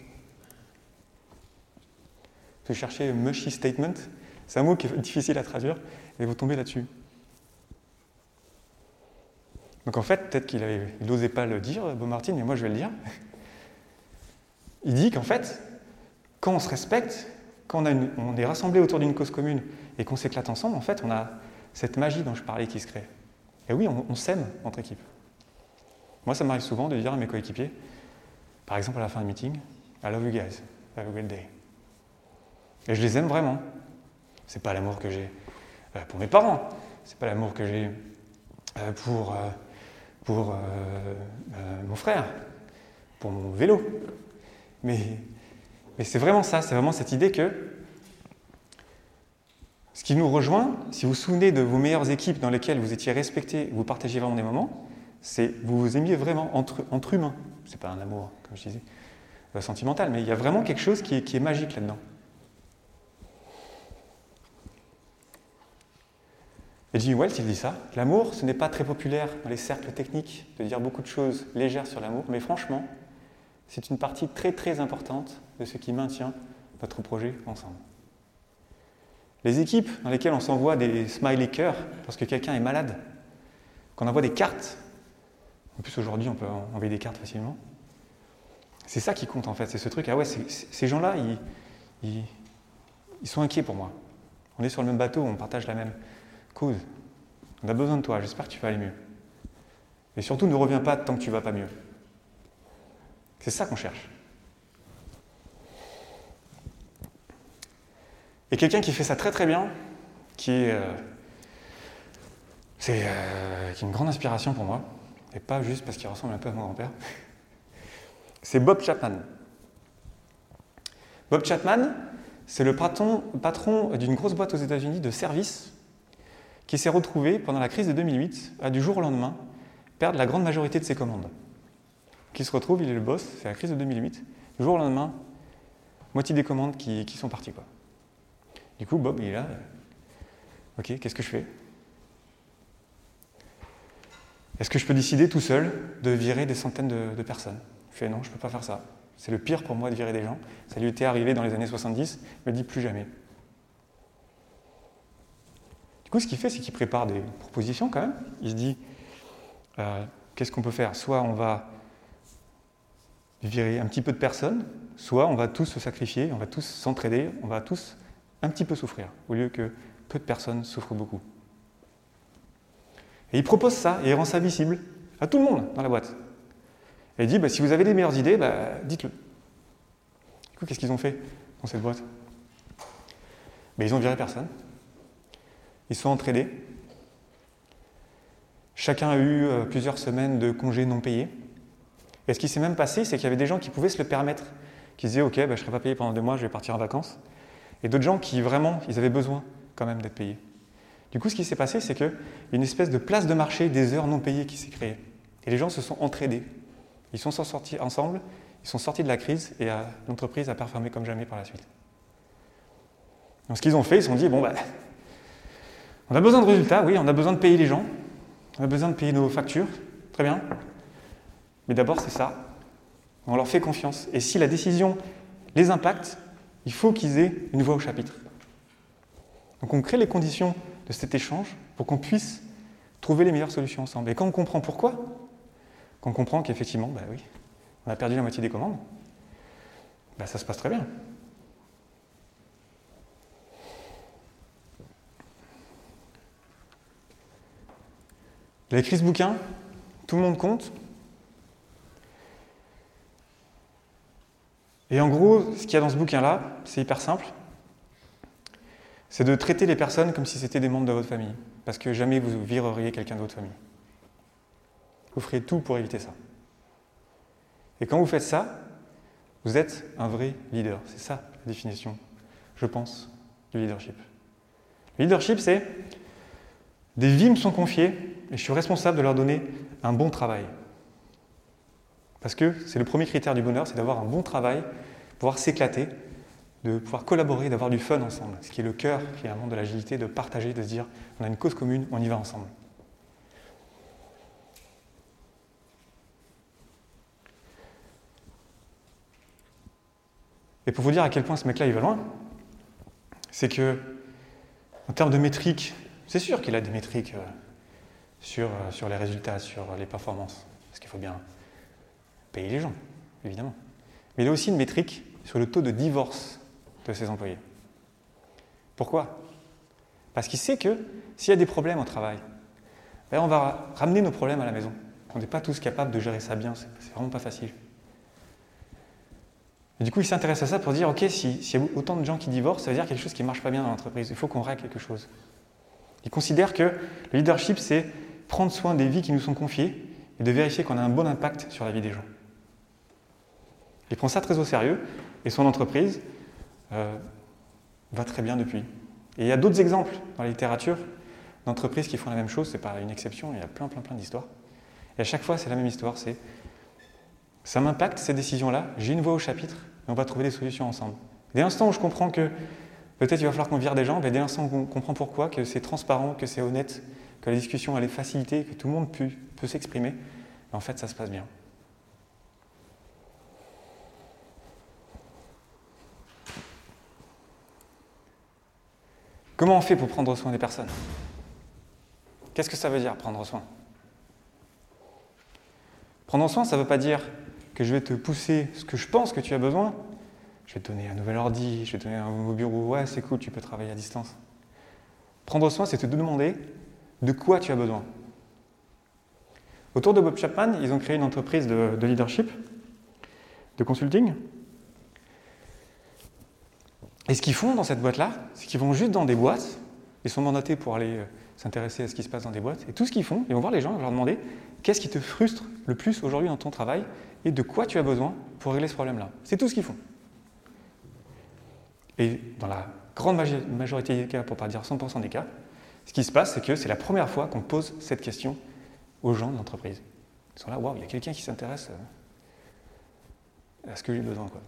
Vous cherchez mushy statement, c'est un mot qui est difficile à traduire, et vous tombez là-dessus. Donc en fait, peut-être qu'il n'osait pas le dire, Bob Martin, mais moi je vais le dire. Il dit qu'en fait, quand on se respecte, quand on, a une, on est rassemblés autour d'une cause commune et qu'on s'éclate ensemble, en fait, on a cette magie dont je parlais qui se crée. Et oui, on, on s'aime entre équipes. Moi, ça m'arrive souvent de dire à mes coéquipiers, par exemple à la fin du meeting, I love you guys, have a great day. Et je les aime vraiment. C'est pas l'amour que j'ai pour mes parents, c'est pas l'amour que j'ai pour, pour euh, euh, mon frère, pour mon vélo. Mais, mais c'est vraiment ça, c'est vraiment cette idée que ce qui nous rejoint, si vous vous souvenez de vos meilleures équipes dans lesquelles vous étiez respectés, vous partagez vraiment des moments, c'est vous vous aimiez vraiment entre, entre humains. C'est pas un amour, comme je disais, sentimental, mais il y a vraiment quelque chose qui est, qui est magique là-dedans. Et Jimmy Wales, il dit ça, l'amour, ce n'est pas très populaire dans les cercles techniques de dire beaucoup de choses légères sur l'amour, mais franchement, c'est une partie très très importante de ce qui maintient notre projet ensemble. Les équipes dans lesquelles on s'envoie des smiley cœurs parce que quelqu'un est malade, qu'on envoie des cartes, en plus aujourd'hui on peut envoyer des cartes facilement, c'est ça qui compte en fait, c'est ce truc, ah ouais, c'est, c'est, ces gens-là, ils, ils, ils sont inquiets pour moi. On est sur le même bateau, on partage la même cause. On a besoin de toi, j'espère que tu vas aller mieux. Et surtout, ne reviens pas tant que tu ne vas pas mieux. C'est ça qu'on cherche. Et quelqu'un qui fait ça très très bien, qui est, euh, c'est, euh, qui est une grande inspiration pour moi, et pas juste parce qu'il ressemble un peu à mon grand-père, c'est Bob Chapman. Bob Chapman, c'est le patron, patron d'une grosse boîte aux États-Unis de services qui s'est retrouvé pendant la crise de deux mille huit, à du jour au lendemain, perdre la grande majorité de ses commandes. Qui se retrouve, il est le boss, c'est la crise de deux mille huit, du jour au lendemain, moitié des commandes qui, qui sont parties, quoi. Du coup, Bob, il est là, euh, ok, qu'est-ce que je fais? Est-ce que je peux décider tout seul de virer des centaines de, de personnes? Je fais non, je ne peux pas faire ça. C'est le pire pour moi de virer des gens. Ça lui était arrivé dans les années soixante-dix, il me dit plus jamais. Du coup, ce qu'il fait, c'est qu'il prépare des propositions quand même. Il se dit, euh, qu'est-ce qu'on peut faire? Soit on va virer un petit peu de personnes, soit on va tous se sacrifier, on va tous s'entraider, on va tous un petit peu souffrir, au lieu que peu de personnes souffrent beaucoup. Et il propose ça, et il rend ça visible à tout le monde dans la boîte. Et il dit, bah, si vous avez des meilleures idées, bah, dites-le. Du coup, qu'est-ce qu'ils ont fait dans cette boîte? bah, Ils ont viré personne. Ils sont entraînés. Chacun a eu euh, plusieurs semaines de congés non payés. Et ce qui s'est même passé, c'est qu'il y avait des gens qui pouvaient se le permettre, qui disaient, ok, bah, je ne serai pas payé pendant deux mois, je vais partir en vacances. Et d'autres gens qui, vraiment, ils avaient besoin quand même d'être payés. Du coup, ce qui s'est passé, c'est qu'il y a une espèce de place de marché des heures non payées qui s'est créée. Et les gens se sont entraidés. Ils sont sortis ensemble, ils sont sortis de la crise et euh, l'entreprise a performé comme jamais par la suite. Donc ce qu'ils ont fait, ils se sont dit, bon, bah, On a besoin de résultats, oui, on a besoin de payer les gens, on a besoin de payer nos factures, très bien. Mais d'abord, c'est ça. On leur fait confiance. Et si la décision les impacte, il faut qu'ils aient une voix au chapitre. Donc on crée les conditions de cet échange pour qu'on puisse trouver les meilleures solutions ensemble. Et quand on comprend pourquoi, quand on comprend qu'effectivement, bah oui, on a perdu la moitié des commandes, bah ça se passe très bien. Il a écrit ce bouquin, Tout le monde compte. Et en gros, ce qu'il y a dans ce bouquin-là, c'est hyper simple. C'est de traiter les personnes comme si c'était des membres de votre famille. Parce que jamais vous vireriez quelqu'un de votre famille. Vous ferez tout pour éviter ça. Et quand vous faites ça, vous êtes un vrai leader. C'est ça la définition, je pense, du leadership. Le leadership, c'est des vies me sont confiées et je suis responsable de leur donner un bon travail. Parce que c'est le premier critère du bonheur, c'est d'avoir un bon travail, pouvoir s'éclater, de pouvoir collaborer, d'avoir du fun ensemble. Ce qui est le cœur, finalement, de l'agilité, de partager, de se dire, on a une cause commune, on y va ensemble. Et pour vous dire à quel point ce mec-là, il va loin, c'est que, en termes de métriques, c'est sûr qu'il a des métriques euh, sur, euh, sur les résultats, sur les performances, parce qu'il faut bien payer les gens, évidemment. Mais il a aussi une métrique sur le taux de divorce de ses employés. Pourquoi ? Parce qu'il sait que s'il y a des problèmes au travail, ben on va ramener nos problèmes à la maison. On n'est pas tous capables de gérer ça bien, c'est, c'est vraiment pas facile. Et du coup, il s'intéresse à ça pour dire, ok, si, s'il y a autant de gens qui divorcent, ça veut dire quelque chose qui ne marche pas bien dans l'entreprise. Il faut qu'on règle quelque chose. Il considère que le leadership, c'est prendre soin des vies qui nous sont confiées et de vérifier qu'on a un bon impact sur la vie des gens. Il prend ça très au sérieux et son entreprise euh, va très bien depuis. Et il y a d'autres exemples dans la littérature d'entreprises qui font la même chose, c'est pas une exception, il y a plein plein plein d'histoires. Et à chaque fois, c'est la même histoire, c'est ça m'impacte ces décisions-là, j'ai une voix au chapitre et on va trouver des solutions ensemble. Dès l'instant où je comprends que peut-être il va falloir qu'on vire des gens, mais dès l'instant où on comprend pourquoi, que c'est transparent, que c'est honnête, que la discussion elle est facilitée, que tout le monde peut, peut s'exprimer, en fait ça se passe bien. Comment on fait pour prendre soin des personnes ? Qu'est-ce que ça veut dire, prendre soin ? Prendre soin, ça ne veut pas dire que je vais te pousser ce que je pense que tu as besoin. Je vais te donner un nouvel ordi, je vais te donner un nouveau bureau. Ouais, c'est cool, tu peux travailler à distance. Prendre soin, c'est te demander de quoi tu as besoin. Autour de Bob Chapman, ils ont créé une entreprise de, de leadership, de consulting. Et ce qu'ils font dans cette boîte-là, c'est qu'ils vont juste dans des boîtes, ils sont mandatés pour aller euh, s'intéresser à ce qui se passe dans des boîtes, et tout ce qu'ils font, ils vont voir les gens, ils vont leur demander qu'est-ce qui te frustre le plus aujourd'hui dans ton travail et de quoi tu as besoin pour régler ce problème-là. C'est tout ce qu'ils font. Et dans la grande majorité des cas, pour ne pas dire cent pour cent des cas, ce qui se passe, c'est que c'est la première fois qu'on pose cette question aux gens de l'entreprise. Ils sont là, waouh, il y a quelqu'un qui s'intéresse à ce que j'ai besoin, quoi.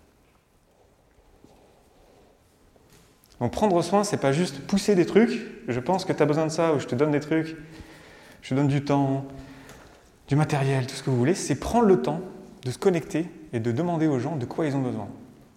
Donc prendre soin, c'est pas juste pousser des trucs, je pense que tu as besoin de ça, ou je te donne des trucs, je te donne du temps, du matériel, tout ce que vous voulez, c'est prendre le temps de se connecter et de demander aux gens de quoi ils ont besoin.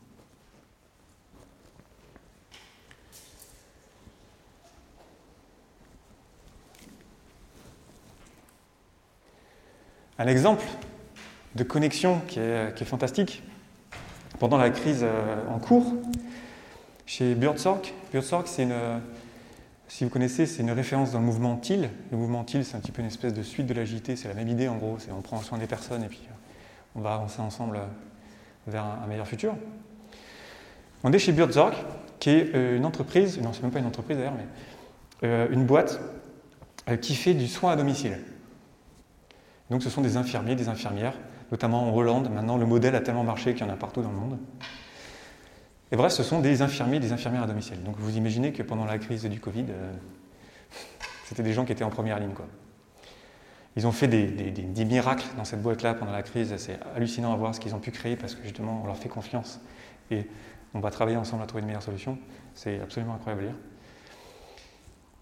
Un exemple de connexion qui est, qui est fantastique, pendant la crise en cours, chez Buurtzorg, Buurtzorg, c'est une, si vous connaissez, c'est une référence dans le mouvement T I L. Le mouvement T I L, c'est un petit peu une espèce de suite de l'agilité, c'est la même idée en gros, c'est on prend soin des personnes et puis on va avancer ensemble vers un, un meilleur futur. On est chez Buurtzorg, qui est une entreprise, non c'est même pas une entreprise d'ailleurs, mais euh, une boîte euh, qui fait du soin à domicile. Donc ce sont des infirmiers, des infirmières, notamment en Hollande. Maintenant le modèle a tellement marché qu'il y en a partout dans le monde. Et bref, ce sont des infirmiers et des infirmières à domicile. Donc vous imaginez que pendant la crise du Covid, euh, c'était des gens qui étaient en première ligne, quoi. Ils ont fait des, des, des, des miracles dans cette boîte-là pendant la crise. C'est hallucinant à voir ce qu'ils ont pu créer parce que justement, on leur fait confiance et on va travailler ensemble à trouver une meilleure solution. C'est absolument incroyable à lire.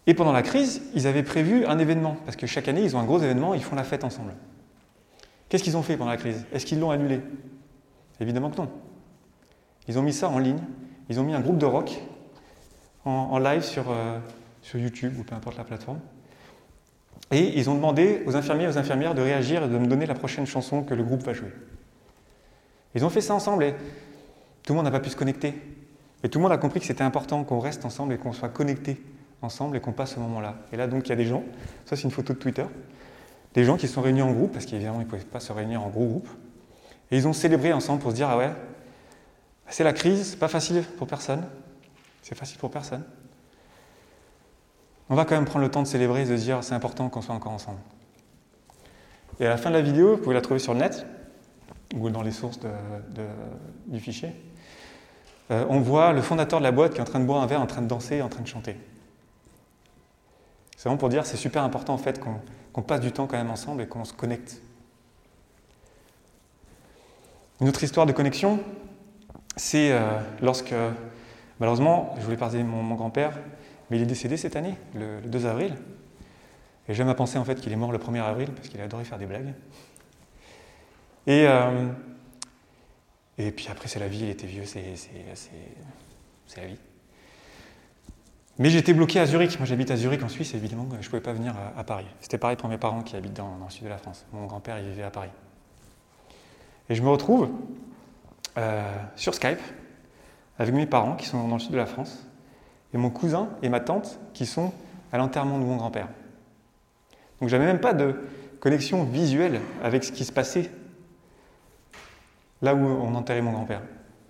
Et pendant la crise, ils avaient prévu un événement, parce que chaque année, ils ont un gros événement, ils font la fête ensemble. Qu'est-ce qu'ils ont fait pendant la crise? Est-ce qu'ils l'ont annulé? Évidemment que non. Ils ont mis ça en ligne, ils ont mis un groupe de rock en, en live sur, euh, sur YouTube ou peu importe la plateforme. Et ils ont demandé aux infirmiers et aux infirmières de réagir et de me donner la prochaine chanson que le groupe va jouer. Ils ont fait ça ensemble et tout le monde n'a pas pu se connecter. Et tout le monde a compris que c'était important qu'on reste ensemble et qu'on soit connectés ensemble et qu'on passe ce moment-là. Et là, donc, il y a des gens, ça c'est une photo de Twitter, des gens qui se sont réunis en groupe, parce qu'évidemment, ils ne pouvaient pas se réunir en gros groupe. Et ils ont célébré ensemble pour se dire, ah ouais, c'est la crise, c'est pas facile pour personne. C'est facile pour personne. On va quand même prendre le temps de célébrer et de se dire, c'est important qu'on soit encore ensemble. Et à la fin de la vidéo, vous pouvez la trouver sur le net, ou dans les sources de, de, du fichier, euh, on voit le fondateur de la boîte qui est en train de boire un verre, en train de danser, en train de chanter. C'est vraiment pour dire c'est super important en fait qu'on qu'on passe du temps quand même ensemble et qu'on se connecte. Une autre histoire de connexion, c'est euh, lorsque, malheureusement, je voulais parler de mon, mon grand-père, mais il est décédé cette année, le, le deux avril. Et j'aime à penser en fait qu'il est mort le premier avril parce qu'il adorait faire des blagues. Et, euh, et puis après c'est la vie, il était vieux, c'est, c'est, c'est, c'est la vie. Mais j'étais bloqué à Zurich. Moi, j'habite à Zurich, en Suisse, évidemment, je ne pouvais pas venir à, à Paris. C'était pareil pour mes parents qui habitent dans, dans le sud de la France. Mon grand-père, il vivait à Paris. Et je me retrouve euh, sur Skype avec mes parents qui sont dans le sud de la France et mon cousin et ma tante qui sont à l'enterrement de mon grand-père. Donc, j'avais même pas de connexion visuelle avec ce qui se passait là où on enterrait mon grand-père.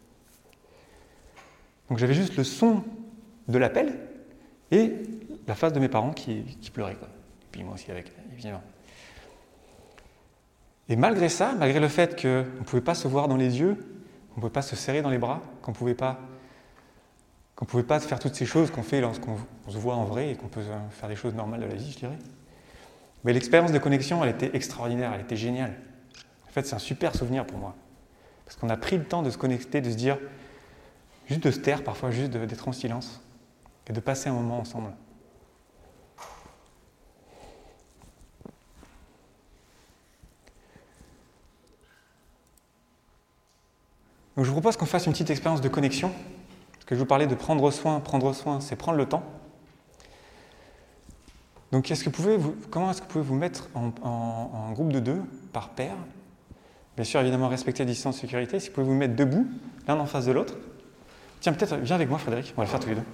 Donc, j'avais juste le son de l'appel et la face de mes parents qui, qui pleuraient, quoi. Et puis moi aussi avec, évidemment. Et malgré ça, malgré le fait qu'on ne pouvait pas se voir dans les yeux, qu'on ne pouvait pas se serrer dans les bras, qu'on ne pouvait pas, qu'on pouvait pas faire toutes ces choses qu'on fait lorsqu'on se voit en vrai et qu'on peut faire des choses normales de la vie, je dirais. Mais l'expérience de connexion, elle était extraordinaire, elle était géniale. En fait, c'est un super souvenir pour moi. Parce qu'on a pris le temps de se connecter, de se dire, juste de se taire parfois, juste de, d'être en silence. Et de passer un moment ensemble. Donc je vous propose qu'on fasse une petite expérience de connexion. Parce que je vous parlais de prendre soin. Prendre soin, c'est prendre le temps. Donc est-ce que vous pouvez vous, comment est-ce que vous pouvez vous mettre en, en, en groupe de deux, par paire? Bien sûr, évidemment, respecter la distance de sécurité. Si vous pouvez vous mettre debout, l'un en face de l'autre. Tiens, peut-être, viens avec moi, Frédéric. On va le faire tous les deux.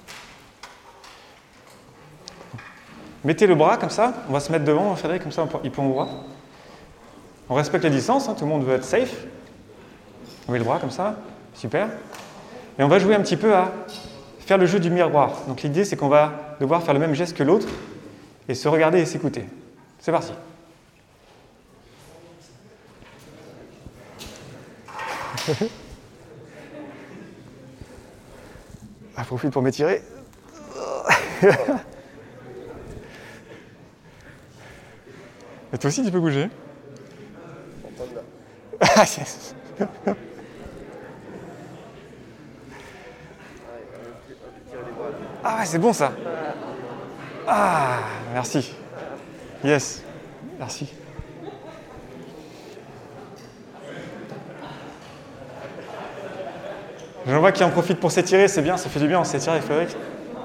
Mettez le bras comme ça, on va se mettre devant, Frédéric, comme ça il peut en voir. On respecte les distances, hein, tout le monde veut être safe. On met le bras comme ça, super. Et on va jouer un petit peu à faire le jeu du miroir. Donc l'idée c'est qu'on va devoir faire le même geste que l'autre et se regarder et s'écouter. C'est parti. Ah, profite pour m'étirer. Et toi aussi, tu peux bouger. Ah, yes. Ah, c'est bon ça. Ah, merci. Yes, merci. J'en vois qui en profitent pour s'étirer, c'est bien, ça fait du bien, on s'étire avec Frédéric.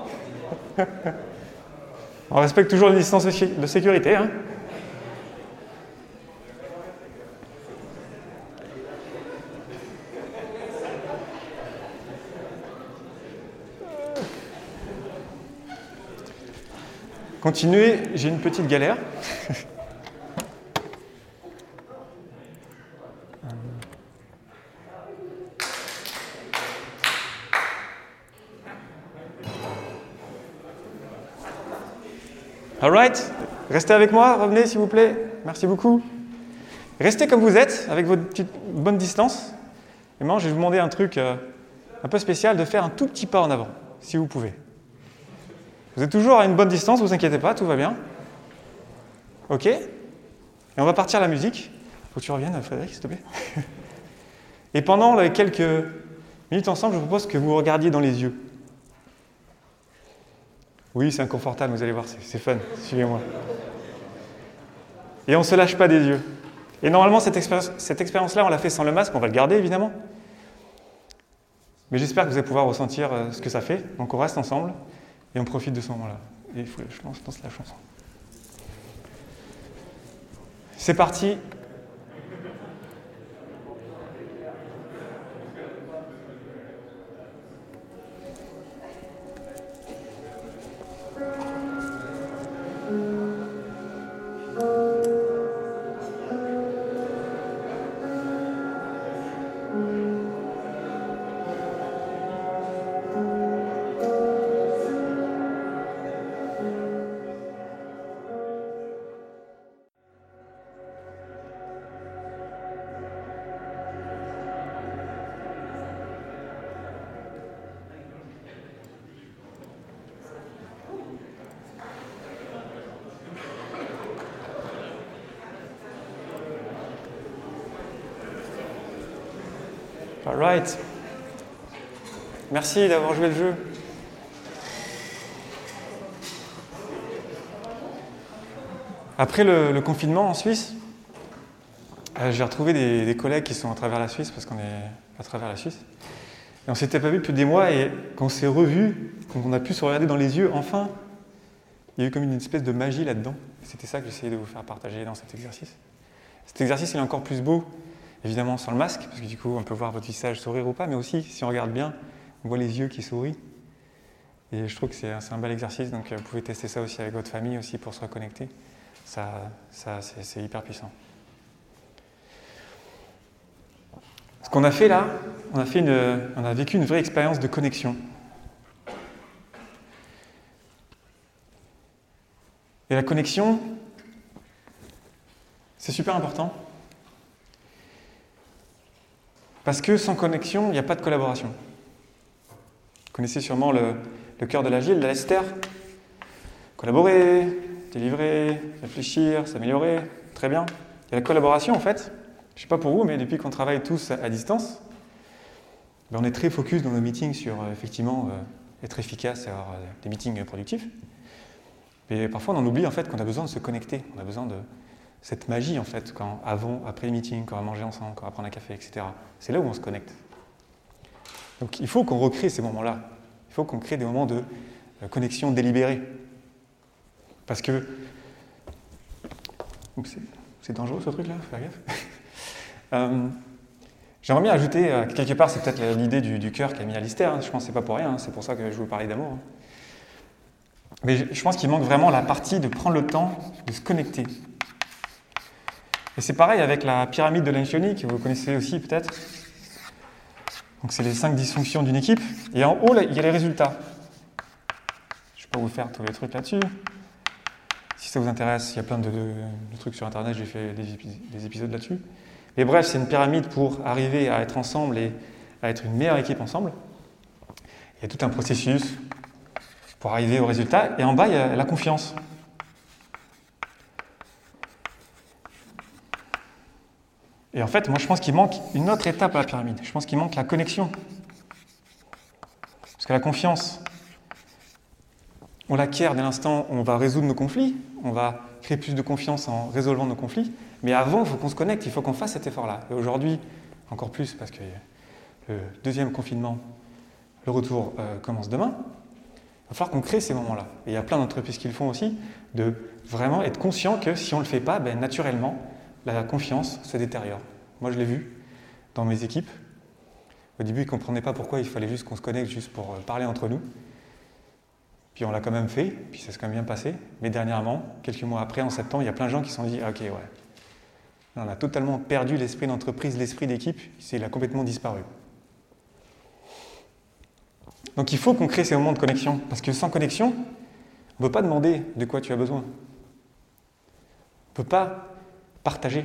On respecte toujours les distances de sécurité, hein. Continuez, j'ai une petite galère. All right, restez avec moi, revenez s'il vous plaît. Merci beaucoup. Restez comme vous êtes, avec votre petite bonne distance. Et maintenant, je vais vous demander un truc euh, un peu spécial, de faire un tout petit pas en avant, si vous pouvez. Vous êtes toujours à une bonne distance, ne vous inquiétez pas, tout va bien. Ok? Et on va partir à la musique. Faut que tu reviennes, Frédéric, s'il te plaît. Et pendant les quelques minutes ensemble, je vous propose que vous regardiez dans les yeux. Oui, c'est inconfortable, vous allez voir, c'est, c'est fun. Suivez-moi. Et on ne se lâche pas des yeux. Et normalement, cette expérience, cette expérience-là, on l'a fait sans le masque, on va le garder évidemment. Mais j'espère que vous allez pouvoir ressentir euh, ce que ça fait. Donc on reste ensemble et on profite de ce moment-là. Et il faut, je lance, lance la chanson. C'est parti. All right. Merci d'avoir joué le jeu. Après le, le confinement en Suisse, euh, j'ai retrouvé des, des collègues qui sont à travers la Suisse, parce qu'on est à travers la Suisse. Et on ne s'était pas vu depuis des mois, et quand on s'est revus, quand on a pu se regarder dans les yeux, enfin, il y a eu comme une espèce de magie là-dedans. C'était ça que j'essayais de vous faire partager dans cet exercice. Cet exercice, il est encore plus beau, évidemment sans le masque, parce que du coup, on peut voir votre visage sourire ou pas, mais aussi, si on regarde bien, on voit les yeux qui sourient. Et je trouve que c'est, c'est un bel exercice, donc vous pouvez tester ça aussi avec votre famille aussi pour se reconnecter. Ça, ça c'est, c'est hyper puissant. Ce qu'on a fait là, on a, fait une, on a vécu une vraie expérience de connexion. Et la connexion, c'est super important. Parce que sans connexion, il n'y a pas de collaboration. Vous connaissez sûrement le, le cœur de l'agile, la Lester. Collaborer, délivrer, réfléchir, s'améliorer, très bien. Il y a la collaboration en fait. Je ne sais pas pour vous, mais depuis qu'on travaille tous à distance, ben on est très focus dans nos meetings sur euh, effectivement euh, être efficace et avoir euh, des meetings productifs. Mais parfois on en oublie en fait qu'on a besoin de se connecter, on a besoin de cette magie en fait, quand, avant, après le meeting, quand on va manger ensemble, quand on va prendre un café, et cetera. C'est là où on se connecte. Donc il faut qu'on recrée ces moments-là. Il faut qu'on crée des moments de euh, connexion délibérée. Parce que... Oups, c'est, c'est dangereux ce truc-là, faut faire gaffe. euh, j'aimerais bien ajouter, euh, quelque part, c'est peut-être l'idée du, du cœur qu'a mis Alistair, hein. Je pense que c'est pas pour rien, hein. C'est pour ça que je vous parlais d'amour. Hein. Mais je, je pense qu'il manque vraiment la partie de prendre le temps de se connecter. Et c'est pareil avec la pyramide de Lencioni, que vous connaissez aussi peut-être. Donc c'est les cinq dysfonctions d'une équipe. Et en haut, là, il y a les résultats. Je ne vais pas vous faire tous les trucs là-dessus. Si ça vous intéresse, il y a plein de, de, de trucs sur Internet, j'ai fait des, des épisodes là-dessus. Mais bref, c'est une pyramide pour arriver à être ensemble et à être une meilleure équipe ensemble. Il y a tout un processus pour arriver au résultat. Et en bas, il y a la confiance. Et en fait, moi, je pense qu'il manque une autre étape à la pyramide. Je pense qu'il manque la connexion. Parce que la confiance, on l'acquiert dès l'instant où on va résoudre nos conflits, on va créer plus de confiance en résolvant nos conflits, mais avant, il faut qu'on se connecte, il faut qu'on fasse cet effort-là. Et aujourd'hui, encore plus, parce que le deuxième confinement, le retour euh, commence demain, il va falloir qu'on crée ces moments-là. Et il y a plein d'entreprises qui le font aussi, de vraiment être conscient que si on ne le fait pas, ben, naturellement, la confiance se détériore. Moi, je l'ai vu dans mes équipes. Au début, ils ne comprenaient pas pourquoi il fallait juste qu'on se connecte juste pour parler entre nous. Puis on l'a quand même fait, puis ça s'est quand même bien passé. Mais dernièrement, quelques mois après, en septembre, il y a plein de gens qui se sont dit ah, « Ok, ouais, on a totalement perdu l'esprit d'entreprise, l'esprit d'équipe, il a complètement disparu. » Donc il faut qu'on crée ces moments de connexion, parce que sans connexion, on ne peut pas demander de quoi tu as besoin. On ne peut pas partager.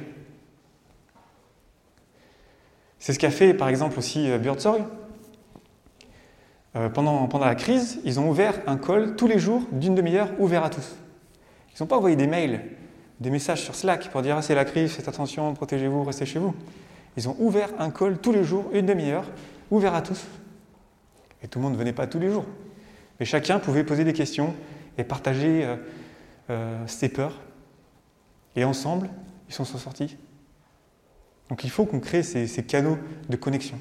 C'est ce qu'a fait par exemple aussi Buurtzorg. Euh, pendant, pendant la crise, ils ont ouvert un call tous les jours d'une demi-heure ouvert à tous. Ils n'ont pas envoyé des mails, des messages sur Slack pour dire ah, c'est la crise, faites attention, protégez-vous, restez chez vous. Ils ont ouvert un call tous les jours, une demi-heure, ouvert à tous. Et tout le monde ne venait pas tous les jours. Mais chacun pouvait poser des questions et partager euh, euh, ses peurs. Et ensemble, ils s'en sont sortis. Donc il faut qu'on crée ces, ces canaux de connexion.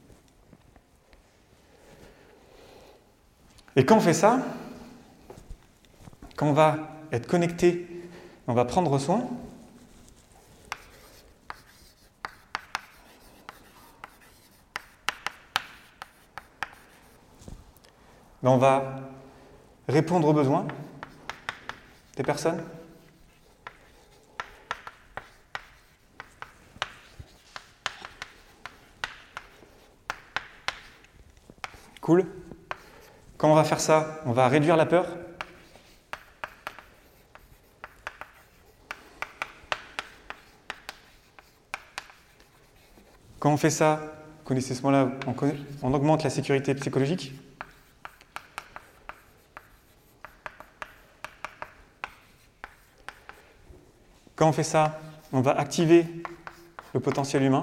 Et quand on fait ça, quand on va être connecté, on va prendre soin, ben on va répondre aux besoins des personnes. Cool. Quand on va faire ça, on va réduire la peur. Quand on fait ça, vous connaissez ce mot-là, on, connaît, on augmente la sécurité psychologique. Quand on fait ça, on va activer le potentiel humain.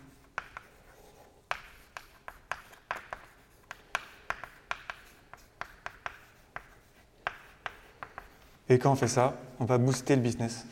Et quand on fait ça, on va booster le business.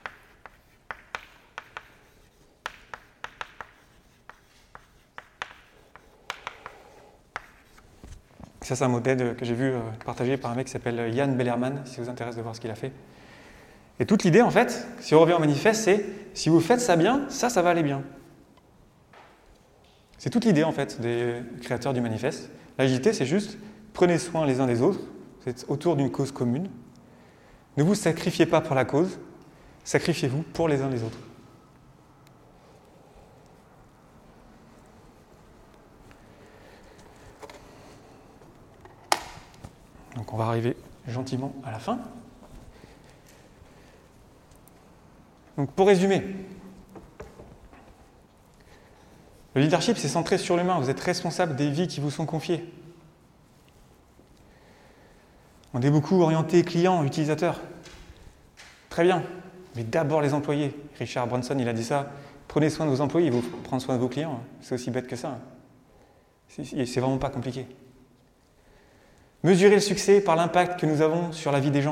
Ça, c'est un modèle que j'ai vu partagé par un mec qui s'appelle Yann Bellerman, si ça vous intéresse de voir ce qu'il a fait. Et toute l'idée, en fait, si on revient au manifeste, c'est si vous faites ça bien, ça, ça va aller bien. C'est toute l'idée, en fait, des créateurs du manifeste. L'agilité, c'est juste, prenez soin les uns des autres, vous êtes autour d'une cause commune. Ne vous sacrifiez pas pour la cause, sacrifiez-vous pour les uns les autres. Donc on va arriver gentiment à la fin. Donc pour résumer, le leadership, c'est centré sur l'humain. Vous êtes responsable des vies qui vous sont confiées. On est beaucoup orienté client, utilisateur. Très bien, mais d'abord les employés. Richard Branson, il a dit ça. Prenez soin de vos employés, vous prendre soin de vos clients. C'est aussi bête que ça. C'est, c'est vraiment pas compliqué. Mesurer le succès par l'impact que nous avons sur la vie des gens.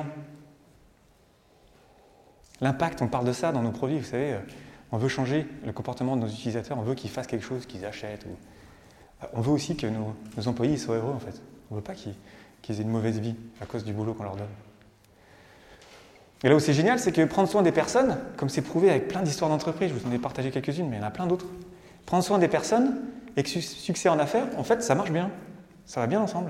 L'impact, on parle de ça dans nos produits, vous savez, on veut changer le comportement de nos utilisateurs, on veut qu'ils fassent quelque chose, qu'ils achètent. Ou... On veut aussi que nos, nos employés soient heureux, en fait. On ne veut pas qu'ils, qu'ils aient une mauvaise vie à cause du boulot qu'on leur donne. Et là où c'est génial, c'est que prendre soin des personnes, comme c'est prouvé avec plein d'histoires d'entreprises, je vous en ai partagé quelques-unes, mais il y en a plein d'autres. Prendre soin des personnes et que succès en affaires, en fait, ça marche bien. Ça va bien ensemble.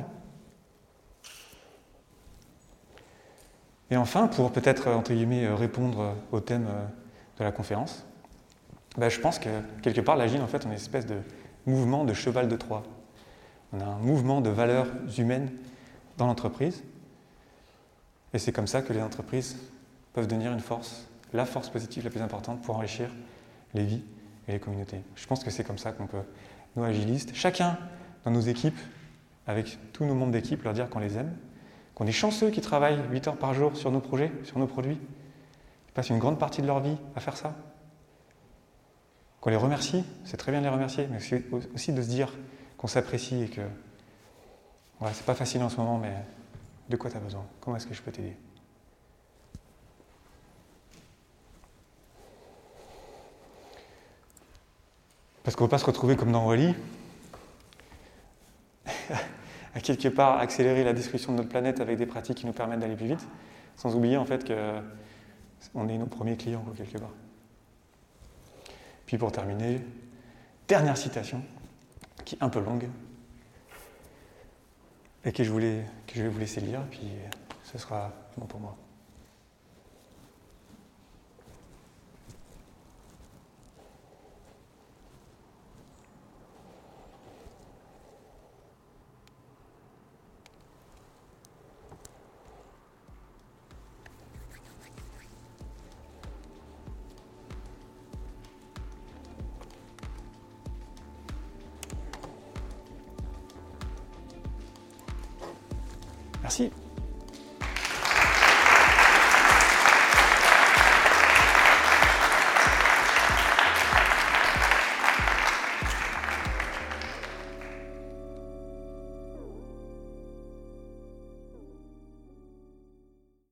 Et enfin, pour peut-être, entre guillemets, répondre au thème de la conférence, ben je pense que, quelque part, l'agile, en fait, on est une espèce de mouvement de cheval de Troie. On a un mouvement de valeurs humaines dans l'entreprise. Et c'est comme ça que les entreprises peuvent devenir une force, la force positive la plus importante pour enrichir les vies et les communautés. Je pense que c'est comme ça qu'on peut, nous agilistes, chacun dans nos équipes, avec tous nos membres d'équipe, leur dire qu'on les aime, qu'on est chanceux qui travaillent huit heures par jour sur nos projets, sur nos produits, qui passent une grande partie de leur vie à faire ça. Qu'on les remercie, c'est très bien de les remercier, mais c'est aussi de se dire qu'on s'apprécie et que voilà, c'est pas facile en ce moment, mais de quoi tu as besoin? Comment est-ce que je peux t'aider? Parce qu'on ne va pas se retrouver comme dans Wall-E, à quelque part accélérer la destruction de notre planète avec des pratiques qui nous permettent d'aller plus vite, sans oublier en fait qu'on est nos premiers clients, quoi, quelque part. Puis pour terminer, dernière citation, qui est un peu longue, et que je, voulais, que je vais vous laisser lire, puis ce sera bon pour moi. Merci.